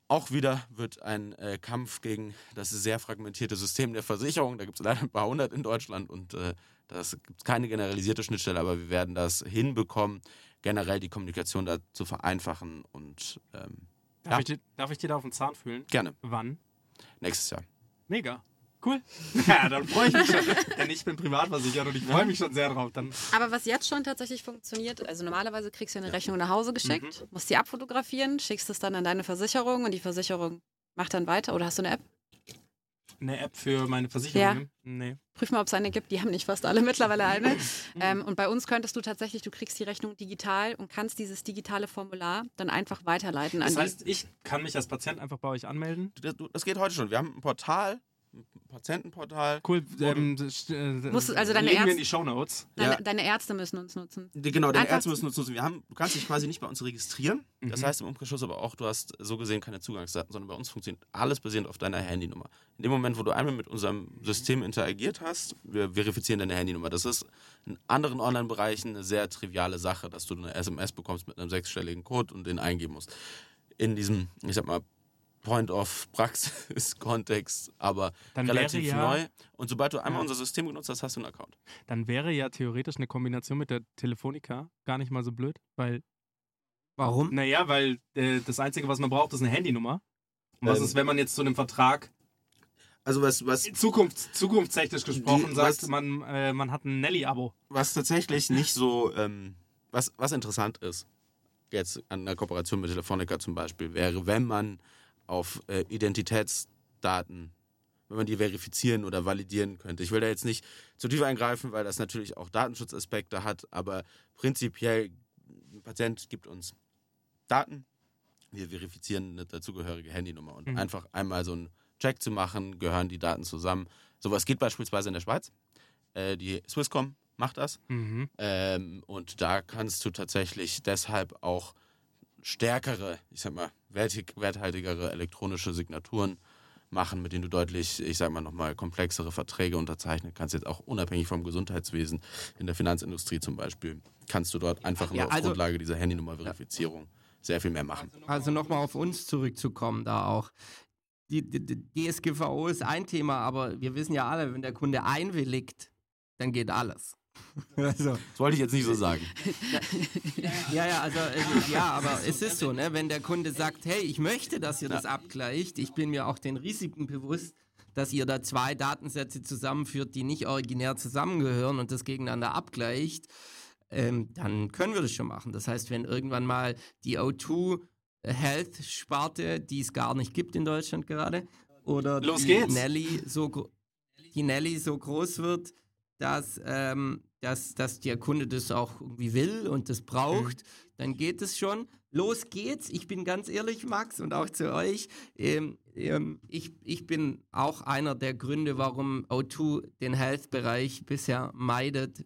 Auch wieder wird ein Kampf gegen das sehr fragmentierte System der Versicherung. Da gibt es leider ein paar hundert in Deutschland und das gibt keine generalisierte Schnittstelle, aber wir werden das hinbekommen, generell die Kommunikation da zu vereinfachen. Und Darf ich dir da auf den Zahn fühlen? Gerne. Wann? Nächstes Jahr. Mega. Cool. Ja, dann freue ich mich schon. Denn ich bin privatversichert und ich freue mich schon sehr drauf. Dann Aber was jetzt schon tatsächlich funktioniert, also normalerweise kriegst du eine Rechnung nach Hause geschickt, musst die abfotografieren, schickst es dann an deine Versicherung und die Versicherung macht dann weiter. Oder hast du eine App? eine App für meine Versicherung? Ja. Nee. Prüf mal, ob es eine gibt. Die haben nicht fast alle mittlerweile eine. Und bei uns könntest du tatsächlich, du kriegst die Rechnung digital und kannst dieses digitale Formular dann einfach weiterleiten. Das heißt, ich kann mich als Patient einfach bei euch anmelden? Das geht heute schon. Wir haben ein Portal, ein Patientenportal. Cool. Musst du- also deine legen wir Ärzte- in die Shownotes. Deine Ärzte müssen uns nutzen. Genau, deine Einfach- Ärzte müssen uns nutzen. Du kannst dich quasi nicht bei uns registrieren. Das heißt im Umkehrschluss aber auch, du hast so gesehen keine Zugangsdaten, sondern bei uns funktioniert alles basierend auf deiner Handynummer. In dem Moment, wo du einmal mit unserem System interagiert hast, wir verifizieren deine Handynummer. Das ist in anderen Online-Bereichen eine sehr triviale Sache, dass du eine SMS bekommst mit einem 6-stelligen Code und den eingeben musst. In diesem, ich sag mal, Point-of-Praxis-Kontext, aber Dann relativ wäre ja- neu. Und sobald du einmal unser System genutzt hast, hast du einen Account. Dann wäre ja theoretisch eine Kombination mit der Telefonica gar nicht mal so blöd, weil, Warum? weil das Einzige, was man braucht, ist eine Handynummer. Und was ist, wenn man jetzt zu einem Vertrag Also was zukunftstechnisch gesprochen Die- sagt, was- man hat ein Nelly-Abo. was tatsächlich nicht so, was interessant ist, jetzt an der Kooperation mit Telefonica zum Beispiel, wäre, wenn man auf Identitätsdaten, wenn man die verifizieren oder validieren könnte. Ich will da jetzt nicht zu tief eingreifen, weil das natürlich auch Datenschutzaspekte hat, aber prinzipiell, ein Patient gibt uns Daten, wir verifizieren eine dazugehörige Handynummer und einfach einmal so einen Check zu machen, gehören die Daten zusammen. Sowas geht beispielsweise in der Schweiz. Die Swisscom macht das. Und da kannst du tatsächlich deshalb auch stärkere, ich sag mal, werthaltigere elektronische Signaturen machen, mit denen du deutlich, ich sag mal, nochmal komplexere Verträge unterzeichnen kannst. Jetzt auch unabhängig vom Gesundheitswesen, in der Finanzindustrie zum Beispiel, kannst du dort einfach nur auf Grundlage dieser Handynummer-Verifizierung sehr viel mehr machen. Also nochmal auf uns zurückzukommen da auch. Die DSGVO ist ein Thema, aber wir wissen ja alle, wenn der Kunde einwilligt, dann geht alles. Also, Das wollte ich jetzt nicht so sagen. aber es ist so, ne? Wenn der Kunde sagt, hey, ich möchte, dass ihr das abgleicht, ich bin mir auch den Risiken bewusst, dass ihr da zwei Datensätze zusammenführt, die nicht originär zusammengehören und das gegeneinander abgleicht, dann können wir das schon machen. Das heißt, wenn irgendwann mal die O2 Health-Sparte, die es gar nicht gibt in Deutschland gerade, oder Los die geht's. Nelly so groß wird, dass der Kunde das auch irgendwie will und das braucht, dann geht es schon. Los geht's. Ich bin ganz ehrlich, Max, und auch zu euch. Ich bin auch einer der Gründe, warum O2 den Health-Bereich bisher meidet,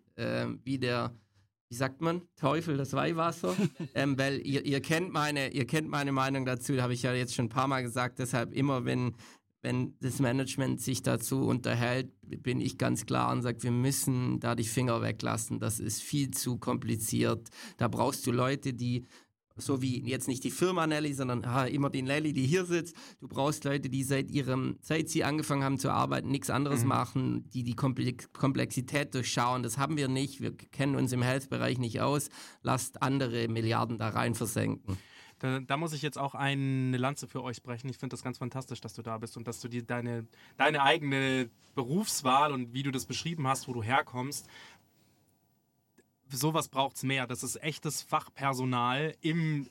wie sagt man, Teufel, das Weihwasser, weil ihr kennt meine Meinung dazu, habe ich ja jetzt schon ein paar Mal gesagt, deshalb immer, wenn das Management sich dazu unterhält, bin ich ganz klar und sage, wir müssen da die Finger weglassen, das ist viel zu kompliziert, da brauchst du Leute, die, so wie jetzt nicht die Firma Nelly, sondern immer die Nelly, die hier sitzt. Du brauchst Leute, die seit sie angefangen haben zu arbeiten, nichts anderes machen, die Komplexität durchschauen. Das haben wir nicht. Wir kennen uns im Health-Bereich nicht aus. Lasst andere Milliarden da rein versenken. Da muss ich jetzt auch eine Lanze für euch brechen. Ich finde das ganz fantastisch, dass du da bist und dass du dir deine eigene Berufswahl und wie du das beschrieben hast, wo du herkommst, sowas braucht es mehr. Das ist echtes Fachpersonal in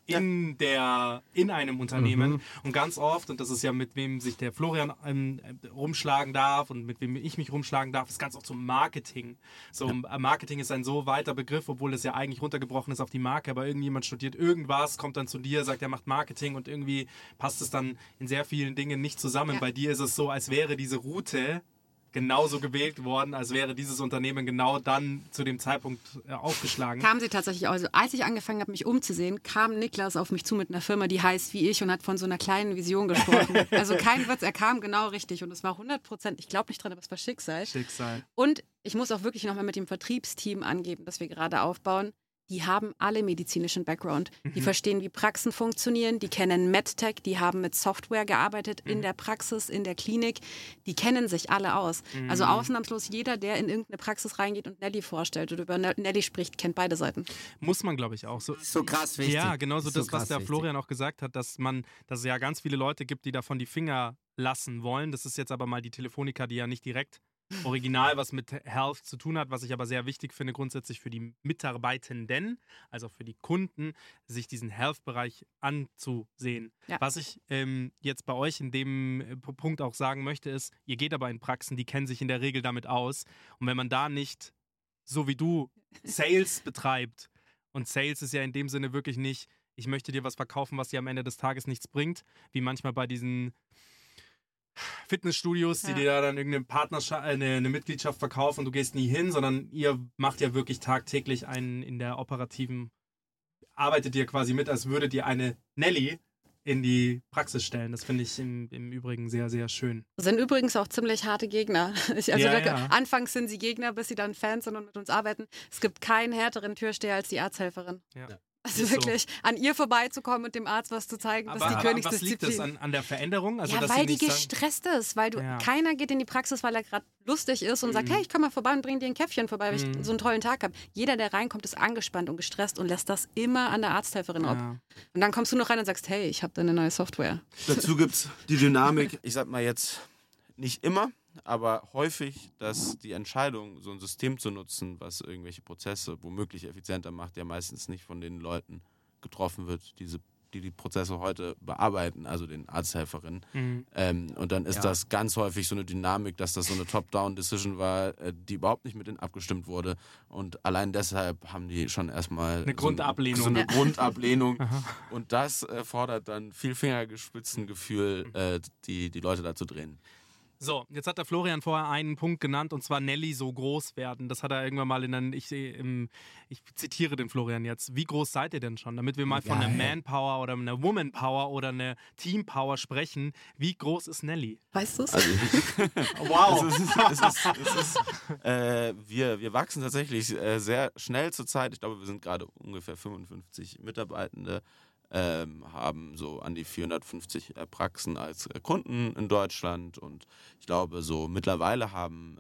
einem Unternehmen. Und ganz oft, und das ist ja mit wem sich der Florian rumschlagen darf und mit wem ich mich rumschlagen darf, ist ganz oft so Marketing. Marketing ist ein so weiter Begriff, obwohl es ja eigentlich runtergebrochen ist auf die Marke, aber irgendjemand studiert irgendwas, kommt dann zu dir, sagt, er macht Marketing und irgendwie passt es dann in sehr vielen Dingen nicht zusammen. Bei dir ist es so, als wäre diese Route genauso gewählt worden, als wäre dieses Unternehmen genau dann zu dem Zeitpunkt aufgeschlagen. Kamen sie tatsächlich auch. Also als ich angefangen habe, mich umzusehen, kam Niklas auf mich zu mit einer Firma, die heißt wie ich und hat von so einer kleinen Vision gesprochen. Also kein Witz, er kam genau richtig und es war 100%, ich glaube nicht dran, aber es war Schicksal. Schicksal. Und ich muss auch wirklich nochmal mit dem Vertriebsteam angeben, das wir gerade aufbauen. die haben alle medizinischen Background. Die verstehen, wie Praxen funktionieren, die kennen MedTech, die haben mit Software gearbeitet in der Praxis, in der Klinik. Die kennen sich alle aus. Also ausnahmslos jeder, der in irgendeine Praxis reingeht und Nelly vorstellt oder über Nelly spricht, kennt beide Seiten. Muss man, glaube ich, auch. So krass wichtig. Ja, genauso So das, was krass der wichtig. Florian auch gesagt hat, dass es ja ganz viele Leute gibt, die davon die Finger lassen wollen. Das ist jetzt aber mal die Telefonica, die ja nicht direkt original was mit Health zu tun hat, was ich aber sehr wichtig finde, grundsätzlich für die Mitarbeitenden, also für die Kunden, sich diesen Health-Bereich anzusehen. Ja. Was ich jetzt bei euch in dem Punkt auch sagen möchte, ist, ihr geht aber in Praxen, die kennen sich in der Regel damit aus. Und wenn man da nicht, so wie du, Sales betreibt, und Sales ist ja in dem Sinne wirklich nicht, ich möchte dir was verkaufen, was dir am Ende des Tages nichts bringt, wie manchmal bei diesen Fitnessstudios, die dir da dann irgendeine Partnerschaft, eine Mitgliedschaft verkaufen und du gehst nie hin, sondern ihr macht ja wirklich tagtäglich einen in der operativen, arbeitet ihr quasi mit, als würdet ihr eine Nelly in die Praxis stellen. Das finde ich im Übrigen sehr, sehr schön. Sind übrigens auch ziemlich harte Gegner. Ja. Anfangs sind sie Gegner, bis sie dann Fans sind und mit uns arbeiten. Es gibt keinen härteren Türsteher als die Arzthelferin. Ja. Also Ist wirklich, an ihr vorbeizukommen und dem Arzt was zu zeigen, das ist die Was Königsdisziplin. liegt das an der Veränderung? Also, Ja, dass weil sie die nicht sagen, gestresst ist, weil keiner geht in die Praxis, weil er gerade lustig ist und sagt, hey, ich komme mal vorbei und bringe dir ein Käffchen vorbei, weil ich so einen tollen Tag habe. Jeder, der reinkommt, ist angespannt und gestresst und lässt das immer an der Arzthelferin ab. Ja. Und dann kommst du noch rein und sagst, hey, ich habe da eine neue Software. Dazu gibt es die Dynamik, ich sag mal jetzt nicht immer, aber häufig, dass die Entscheidung, so ein System zu nutzen, was irgendwelche Prozesse womöglich effizienter macht, ja meistens nicht von den Leuten getroffen wird, die Prozesse heute bearbeiten, also den Arzthelferinnen. Und dann ist das ganz häufig so eine Dynamik, dass das so eine Top-Down-Decision war, die überhaupt nicht mit denen abgestimmt wurde. Und allein deshalb haben die schon erstmal Eine Grundablehnung. So eine Grundablehnung. Und das fordert dann viel Fingerspitzengefühl, die Leute da zu drehen. So, jetzt hat der Florian vorher einen Punkt genannt, und zwar Nelly so groß werden. Das hat er irgendwann mal ich zitiere den Florian jetzt. Wie groß seid ihr denn schon? Damit wir mal von einer Manpower oder einer Womanpower oder einer Teampower sprechen. Wie groß ist Nelly? Weißt du es? Also Wow. Wir wachsen tatsächlich sehr schnell zurzeit. Ich glaube, wir sind gerade ungefähr 55 Mitarbeitende. Haben so an die 450 Praxen als Kunden in Deutschland, und ich glaube, so mittlerweile haben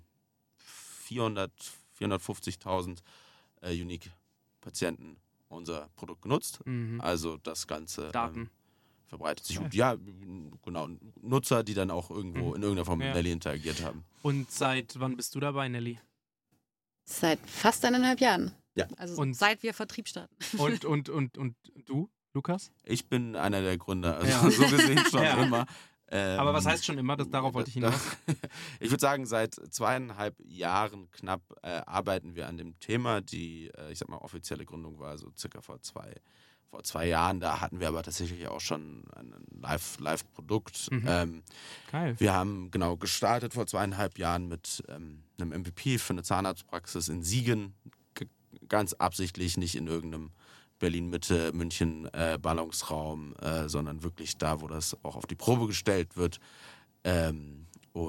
450.000 Unique-Patienten unser Produkt genutzt. Also das Ganze Daten. verbreitet sich gut. Ja, genau. Nutzer, die dann auch irgendwo in irgendeiner Form mit Nelly interagiert haben. Und seit wann bist du dabei, Nelly? Seit fast 1,5 Jahren. Ja. Also Und- seit wir Vertrieb starten. Und du, Lukas? Ich bin einer der Gründer, also so gesehen schon immer. Aber was heißt schon immer? Darauf wollte ich hinaus. Ich würde sagen, seit 2,5 Jahren knapp arbeiten wir an dem Thema. Die, ich sag mal, offizielle Gründung war so circa vor zwei Jahren. Da hatten wir aber tatsächlich auch schon ein Live-Produkt. Geil. Wir haben genau gestartet vor 2,5 Jahren mit einem MVP für eine Zahnarztpraxis in Siegen. Ganz absichtlich, nicht in irgendeinem Berlin-Mitte, München Ballungsraum, sondern wirklich da, wo das auch auf die Probe gestellt wird. Haben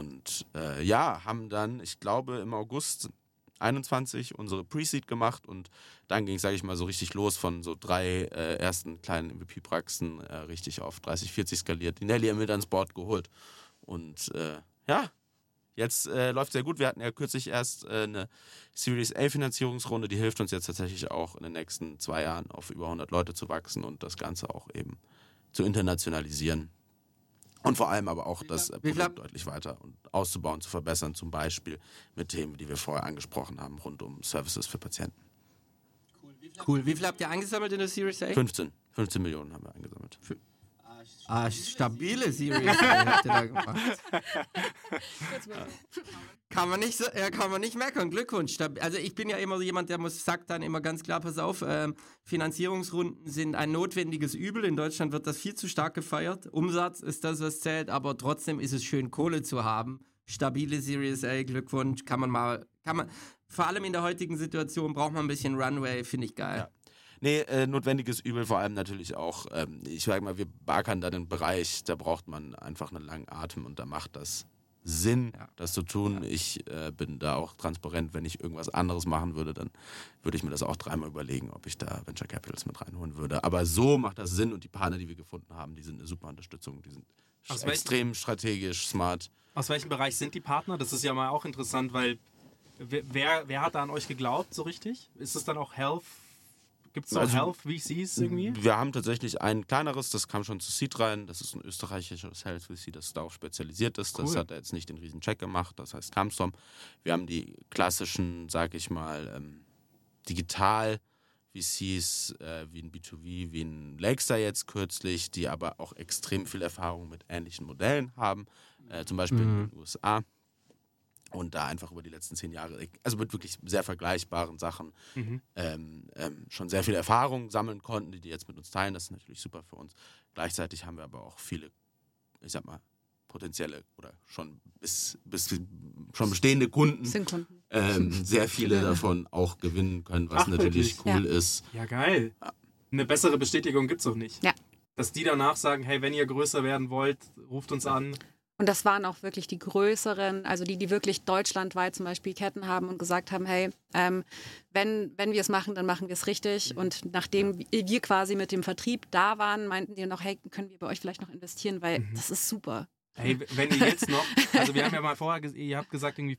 dann, ich glaube, im August 21 unsere Pre-Seed gemacht, und dann ging es, sage ich mal, so richtig los von so 3 ersten kleinen MVP-Praxen richtig auf 30, 40 skaliert, die Nelly mit ans Board geholt. Und jetzt läuft sehr gut. Wir hatten ja kürzlich erst eine Series A Finanzierungsrunde, die hilft uns jetzt tatsächlich auch in den nächsten 2 Jahren auf über 100 Leute zu wachsen und das Ganze auch eben zu internationalisieren. Und vor allem aber auch das Produkt deutlich weiter und auszubauen, zu verbessern, zum Beispiel mit Themen, die wir vorher angesprochen haben, rund um Services für Patienten. Cool. Wie viel habt ihr eingesammelt in der Series A? 15 Millionen haben wir eingesammelt. Stabile Series A habt ihr da gemacht. Kann man nicht meckern. Glückwunsch. Also ich bin ja immer jemand, der sagt dann immer ganz klar, pass auf, Finanzierungsrunden sind ein notwendiges Übel. In Deutschland wird das viel zu stark gefeiert. Umsatz ist das, was zählt, aber trotzdem ist es schön, Kohle zu haben. Stabile Series A, Glückwunsch. Vor allem in der heutigen Situation braucht man ein bisschen Runway, finde ich geil. Ja. Nee, notwendiges Übel, vor allem natürlich auch, ich sag mal, wir beackern da den Bereich, da braucht man einfach einen langen Atem, und da macht das Sinn, das zu tun. Ich bin da auch transparent. Wenn ich irgendwas anderes machen würde, dann würde ich mir das auch dreimal überlegen, ob ich da Venture Capitals mit reinholen würde. Aber so macht das Sinn und die Partner, die wir gefunden haben, die sind eine super Unterstützung. Die sind extrem strategisch, smart. Aus welchem Bereich sind die Partner? Das ist ja mal auch interessant, weil wer hat da an euch geglaubt so richtig? Ist es dann auch Health? Gibt es so Health VCs irgendwie? Wir haben tatsächlich ein kleineres, das kam schon zu Seed rein. Das ist ein österreichisches Health VC, das darauf spezialisiert ist. Das hat jetzt nicht den riesen Check gemacht, das heißt Camstorm. Wir haben die klassischen, sag ich mal, digital VCs wie ein B2V, wie ein Lakestar jetzt kürzlich, die aber auch extrem viel Erfahrung mit ähnlichen Modellen haben. Zum Beispiel in den USA. Und da einfach über die letzten 10 Jahre, also mit wirklich sehr vergleichbaren Sachen, schon sehr viel Erfahrung sammeln konnten, die jetzt mit uns teilen. Das ist natürlich super für uns. Gleichzeitig haben wir aber auch viele, ich sag mal, potenzielle oder schon schon bestehende Kunden, sehr viele davon auch gewinnen können, was natürlich cool ist. Ja, geil. Eine bessere Bestätigung gibt es doch nicht. Ja. Dass die danach sagen, hey, wenn ihr größer werden wollt, ruft uns an. Und das waren auch wirklich die größeren, also die wirklich deutschlandweit zum Beispiel Ketten haben und gesagt haben, hey, wenn wir es machen, dann machen wir es richtig. Und nachdem wir quasi mit dem Vertrieb da waren, meinten die noch, hey, können wir bei euch vielleicht noch investieren, weil das ist super. Hey, wenn ihr jetzt noch, also wir haben ja mal vorher, ihr habt gesagt irgendwie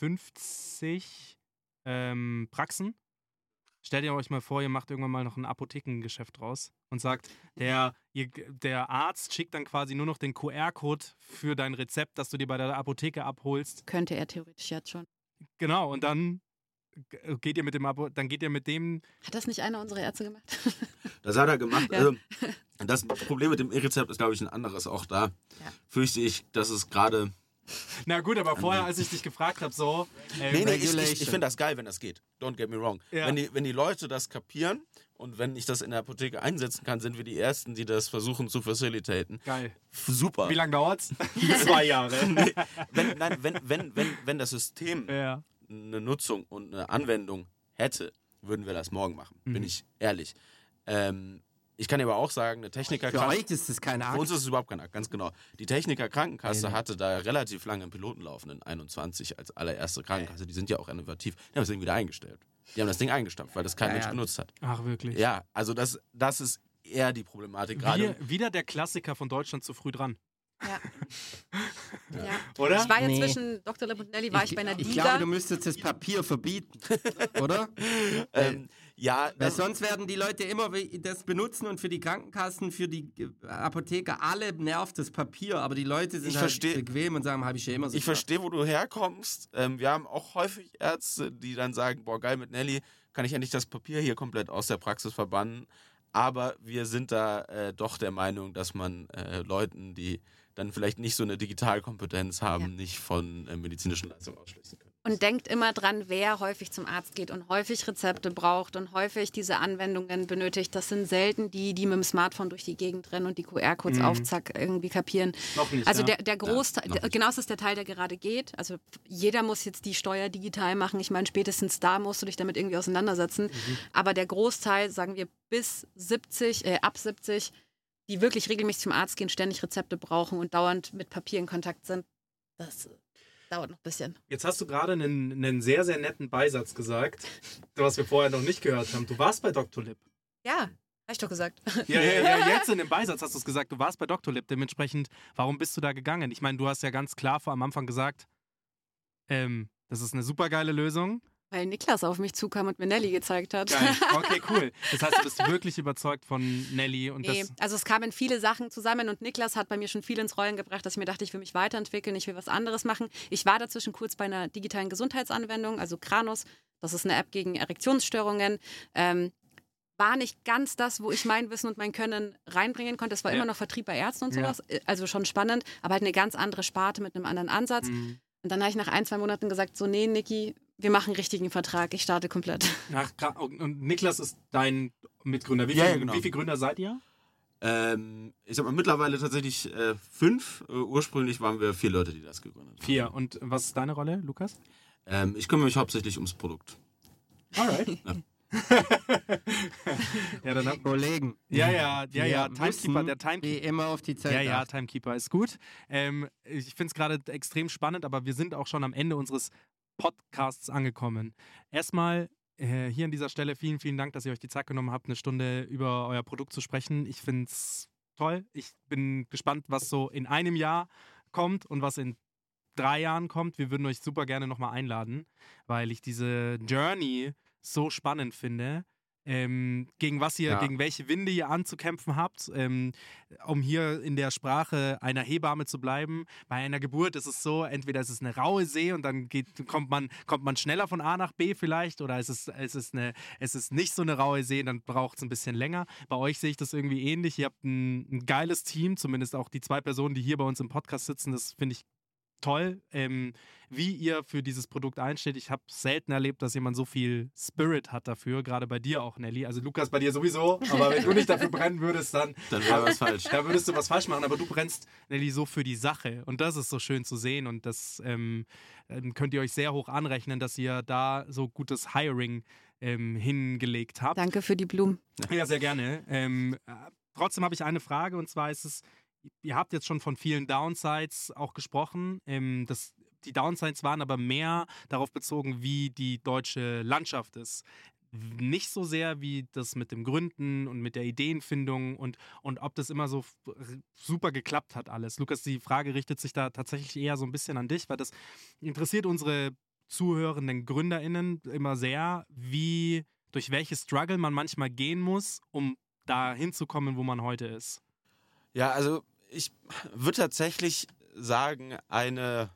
450 Praxen. Stellt ihr euch mal vor, ihr macht irgendwann mal noch ein Apothekengeschäft draus und sagt, der Arzt schickt dann quasi nur noch den QR-Code für dein Rezept, das du dir bei der Apotheke abholst. Könnte er theoretisch jetzt schon. Genau, und dann geht ihr mit dem... Hat das nicht einer unserer Ärzte gemacht? Das hat er gemacht. Ja. Also, das Problem mit dem E-Rezept ist, glaube ich, ein anderes. Auch da fürchte ich, dass es gerade... Na gut, aber vorher, als ich dich gefragt habe, so... ich finde das geil, wenn das geht. Don't get me wrong. Ja. Wenn die Leute das kapieren und wenn ich das in der Apotheke einsetzen kann, sind wir die Ersten, die das versuchen zu facilitaten. Geil. Super. Wie lange dauert's? 2 Jahre. Wenn das System eine Nutzung und eine Anwendung hätte, würden wir das morgen machen. Bin ich ehrlich. Ich kann dir aber auch sagen, eine Techniker... Für euch ist das keine Akt. Für uns ist es überhaupt kein Akt, ganz genau. Die Techniker Krankenkasse hatte da relativ lange einen Piloten laufen in 21 als allererste Krankenkasse. Die sind ja auch innovativ. Die haben das Ding wieder eingestellt. Die haben das Ding eingestampft, weil das kein Mensch benutzt hat. Ach, wirklich? Ja, also das ist eher die Problematik gerade. Wieder der Klassiker von Deutschland zu früh dran. Ja. Oder? Ich war ja zwischen Dr. Lipp und Nelly, war ich bei einer Ich DIGA. glaube, du müsstest das Papier verbieten, oder? Ja, Weil sonst werden die Leute immer das benutzen und für die Krankenkassen, für die Apotheker, alle nervt das Papier, aber die Leute sind bequem und sagen, habe ich ja immer so. Ich verstehe, wo du herkommst. Wir haben auch häufig Ärzte, die dann sagen, boah, geil, mit Nelly kann ich ja nicht das Papier hier komplett aus der Praxis verbannen. Aber wir sind da doch der Meinung, dass man Leuten, die dann vielleicht nicht so eine Digitalkompetenz haben, nicht von medizinischen Leistungen ausschließen können. Und denkt immer dran, wer häufig zum Arzt geht und häufig Rezepte braucht und häufig diese Anwendungen benötigt. Das sind selten die mit dem Smartphone durch die Gegend rennen und die QR-Codes auf Zack irgendwie kapieren. Noch nicht, also der Großteil, genau das ist der Teil, der gerade geht. Also jeder muss jetzt die Steuer digital machen. Ich meine, spätestens da musst du dich damit irgendwie auseinandersetzen. Aber der Großteil, sagen wir ab 70, die wirklich regelmäßig zum Arzt gehen, ständig Rezepte brauchen und dauernd mit Papier in Kontakt sind, das dauert noch ein bisschen. Jetzt hast du gerade einen sehr, sehr netten Beisatz gesagt, was wir vorher noch nicht gehört haben. Du warst bei Dr. Lipp. Ja, habe ich doch gesagt. Ja, jetzt in dem Beisatz hast du es gesagt, du warst bei Dr. Lipp. Dementsprechend, warum bist du da gegangen? Ich meine, du hast ja ganz klar am Anfang gesagt, das ist eine super geile Lösung. Weil Niklas auf mich zukam und mir Nelly gezeigt hat. Geil. Okay, cool. Das heißt, du bist wirklich überzeugt von Nelly. Und also es kamen viele Sachen zusammen und Niklas hat bei mir schon viel ins Rollen gebracht, dass ich mir dachte, ich will mich weiterentwickeln, ich will was anderes machen. Ich war dazwischen kurz bei einer digitalen Gesundheitsanwendung, also Kranos. Das ist eine App gegen Erektionsstörungen. War nicht ganz das, wo ich mein Wissen und mein Können reinbringen konnte. Es war immer noch Vertrieb bei Ärzten und sowas. Also schon spannend, aber halt eine ganz andere Sparte mit einem anderen Ansatz. Und dann habe ich nach 1-2 Monaten gesagt, so nee, Niki, wir machen einen richtigen Vertrag, ich starte komplett. Und Niklas ist dein Mitgründer. Wie viele Gründer seid ihr? Ich sag mal, mittlerweile tatsächlich 5. Ursprünglich waren wir 4 Leute, die das gegründet haben. 4. Und was ist deine Rolle, Lukas? Ich kümmere mich hauptsächlich ums Produkt. Alright. Ja, dann Kollegen. Ja, Wir Timekeeper, müssen der Timekeeper. wie immer auf die Zeit Ja, achten. Timekeeper ist gut. Ich finde es gerade extrem spannend, aber wir sind auch schon am Ende unseres Podcasts angekommen. Erstmal hier an dieser Stelle vielen, vielen Dank, dass ihr euch die Zeit genommen habt, eine Stunde über euer Produkt zu sprechen. Ich finde es toll. Ich bin gespannt, was so in einem Jahr kommt und was in 3 Jahren kommt. Wir würden euch super gerne nochmal einladen, weil ich diese Journey so spannend finde. Gegen welche Winde ihr anzukämpfen habt, um hier in der Sprache einer Hebamme zu bleiben. Bei einer Geburt ist es so, entweder ist es eine raue See und dann kommt man schneller von A nach B vielleicht, oder es ist nicht so eine raue See, dann braucht es ein bisschen länger. Bei euch sehe ich das irgendwie ähnlich. Ihr habt ein geiles Team, zumindest auch die 2 Personen, die hier bei uns im Podcast sitzen, das finde ich toll, wie ihr für dieses Produkt einsteht. Ich habe selten erlebt, dass jemand so viel Spirit hat dafür, gerade bei dir auch, Nelly. Also Lukas, bei dir sowieso, aber wenn du nicht dafür brennen würdest, dann wäre was falsch. Da würdest du was falsch machen, aber du brennst, Nelly, so für die Sache und das ist so schön zu sehen und das könnt ihr euch sehr hoch anrechnen, dass ihr da so gutes Hiring hingelegt habt. Danke für die Blumen. Ja, sehr gerne. Trotzdem habe ich eine Frage und zwar ist es, ihr habt jetzt schon von vielen Downsides auch gesprochen. Die Downsides waren aber mehr darauf bezogen, wie die deutsche Landschaft ist. Nicht so sehr, wie das mit dem Gründen und mit der Ideenfindung und ob das immer so super geklappt hat alles. Lukas, die Frage richtet sich da tatsächlich eher so ein bisschen an dich, weil das interessiert unsere zuhörenden GründerInnen immer sehr, durch welche Struggle man manchmal gehen muss, um da hinzukommen, wo man heute ist. Ja, also ich würde tatsächlich sagen, eine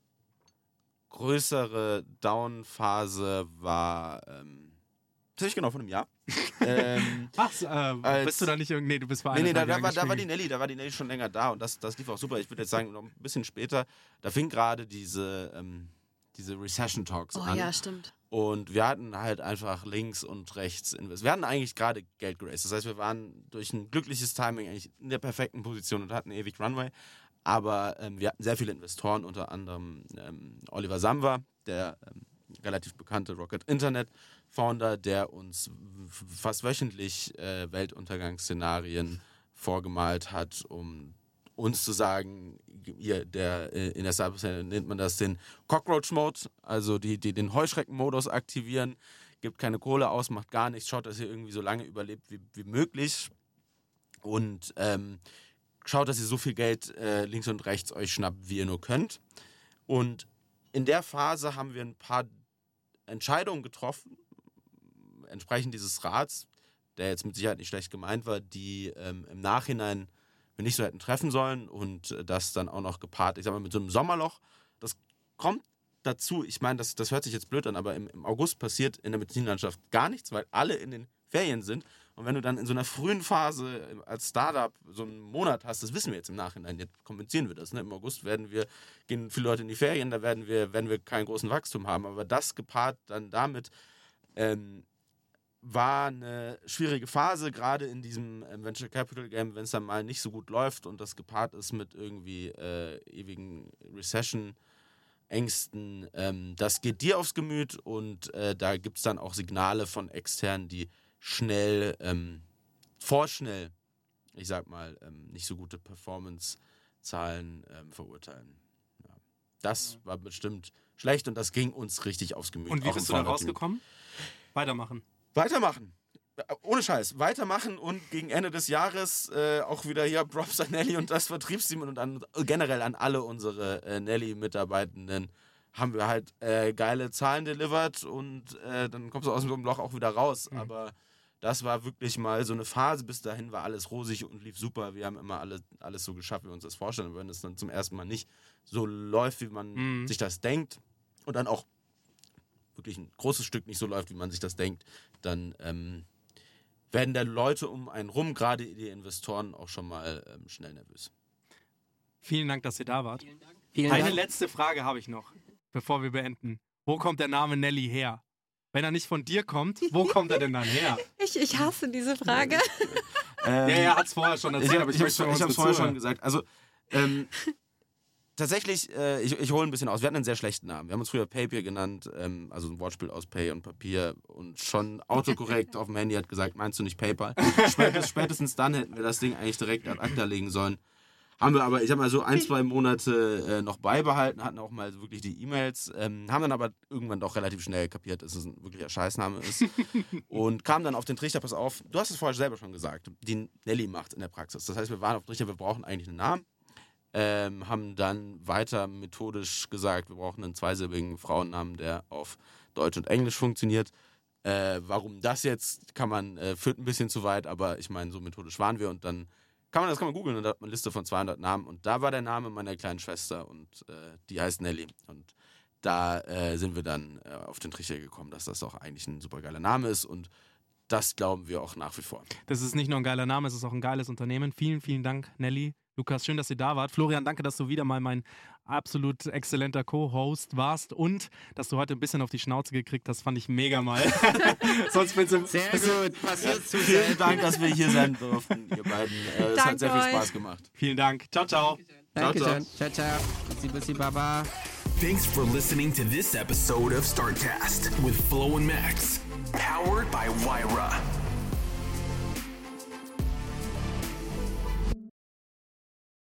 größere Down-Phase war ziemlich genau von einem Jahr. Bist du da nicht irgendwie? Nee, du bist vor da war die Nelly schon länger da und das lief auch super. Ich würde jetzt sagen, noch ein bisschen später, da fing gerade diese Recession Talks an. Oh ja, stimmt. Und wir hatten halt einfach links und rechts wir hatten eigentlich gerade Geld geraced. Das heißt, wir waren durch ein glückliches Timing eigentlich in der perfekten Position und hatten ewig Runway. Aber wir hatten sehr viele Investoren, unter anderem Oliver Samwer, der relativ bekannte Rocket Internet Founder, der uns fast wöchentlich Weltuntergangsszenarien vorgemalt hat, um uns zu sagen, in der Cyberszene nennt man das den Cockroach-Mode, also den Heuschrecken-Modus aktivieren, gibt keine Kohle aus, macht gar nichts, schaut, dass ihr irgendwie so lange überlebt wie möglich und schaut, dass ihr so viel Geld links und rechts euch schnappt, wie ihr nur könnt. Und in der Phase haben wir ein paar Entscheidungen getroffen, entsprechend dieses Rats, der jetzt mit Sicherheit nicht schlecht gemeint war, die im Nachhinein wir nicht so hätten treffen sollen und das dann auch noch gepaart, ich sag mal, mit so einem Sommerloch. Das kommt dazu, ich meine, das hört sich jetzt blöd an, aber im August passiert in der Medizinlandschaft gar nichts, weil alle in den Ferien sind. Und wenn du dann in so einer frühen Phase als Startup so einen Monat hast, das wissen wir jetzt im Nachhinein, jetzt kompensieren wir das. Ne? Im August gehen viele Leute in die Ferien, da werden wir keinen großen Wachstum haben. Aber das gepaart dann damit war eine schwierige Phase, gerade in diesem Venture Capital Game, wenn es dann mal nicht so gut läuft und das gepaart ist mit irgendwie ewigen Recession-Ängsten. Das geht dir aufs Gemüt und da gibt es dann auch Signale von externen, die vorschnell, ich sag mal, nicht so gute Performance-Zahlen verurteilen. Ja. Das war bestimmt schlecht und das ging uns richtig aufs Gemüt. Und wie bist du da rausgekommen? Weitermachen. Ohne Scheiß. Weitermachen und gegen Ende des Jahres auch wieder hier Props an Nelly und das Vertriebsteam und dann generell an alle unsere Nelly-Mitarbeitenden haben wir halt geile Zahlen delivered und dann kommst du aus so einem Loch auch wieder raus. Aber das war wirklich mal so eine Phase. Bis dahin war alles rosig und lief super. Wir haben immer alles so geschafft, wie wir uns das vorstellen. Und wenn es dann zum ersten Mal nicht so läuft, wie man sich das denkt und dann auch wirklich ein großes Stück nicht so läuft, wie man sich das denkt, dann werden da Leute um einen rum, gerade die Investoren, auch schon mal schnell nervös. Vielen Dank, dass ihr da wart. Vielen Eine Dank. letzte Frage habe ich noch, bevor wir beenden. Wo kommt der Name Nelly her? Wenn er nicht von dir kommt, wo kommt er denn dann her? Ich hasse diese Frage. Er hat es vorher schon erzählt, aber ich möchte habe es vorher schon gesagt. Also, tatsächlich, ich hole ein bisschen aus. Wir hatten einen sehr schlechten Namen. Wir haben uns früher Papier genannt, also ein Wortspiel aus Pay und Papier. Und schon autokorrekt auf dem Handy hat gesagt, meinst du nicht PayPal? Spätestens dann hätten wir das Ding eigentlich direkt ad acta legen sollen. Haben wir aber, ich habe mal so 1-2 Monate noch beibehalten, hatten auch mal wirklich die E-Mails, haben dann aber irgendwann doch relativ schnell kapiert, dass es ein wirklicher Scheißname ist. Und kamen dann auf den Trichter, pass auf, du hast es vorher selber schon gesagt, die Nelly macht in der Praxis. Das heißt, wir waren auf dem Trichter, wir brauchen eigentlich einen Namen. Haben dann weiter methodisch gesagt, wir brauchen einen zweisilbigen Frauennamen, der auf Deutsch und Englisch funktioniert. Warum das jetzt, führt ein bisschen zu weit, aber ich meine, so methodisch waren wir und dann kann man googeln und da hat man eine Liste von 200 Namen und da war der Name meiner kleinen Schwester und die heißt Nelly und da sind wir dann auf den Trichter gekommen, dass das auch eigentlich ein super geiler Name ist und das glauben wir auch nach wie vor. Das ist nicht nur ein geiler Name, es ist auch ein geiles Unternehmen. Vielen, vielen Dank, Nelly. Lukas, schön, dass ihr da wart. Florian, danke, dass du wieder mal mein absolut exzellenter Co-Host warst und dass du heute ein bisschen auf die Schnauze gekriegt hast, fand ich mega mal. Sonst sehr gut, passiert zu Vielen Dank, dass wir hier sein durften, ihr beiden. Es hat sehr viel Spaß gemacht. Vielen Dank. Ciao, ciao. Dankeschön. Ciao, ciao. Bussi, baba. Thanks for listening to this episode of StartCast with Flo and Max, powered by Wyra.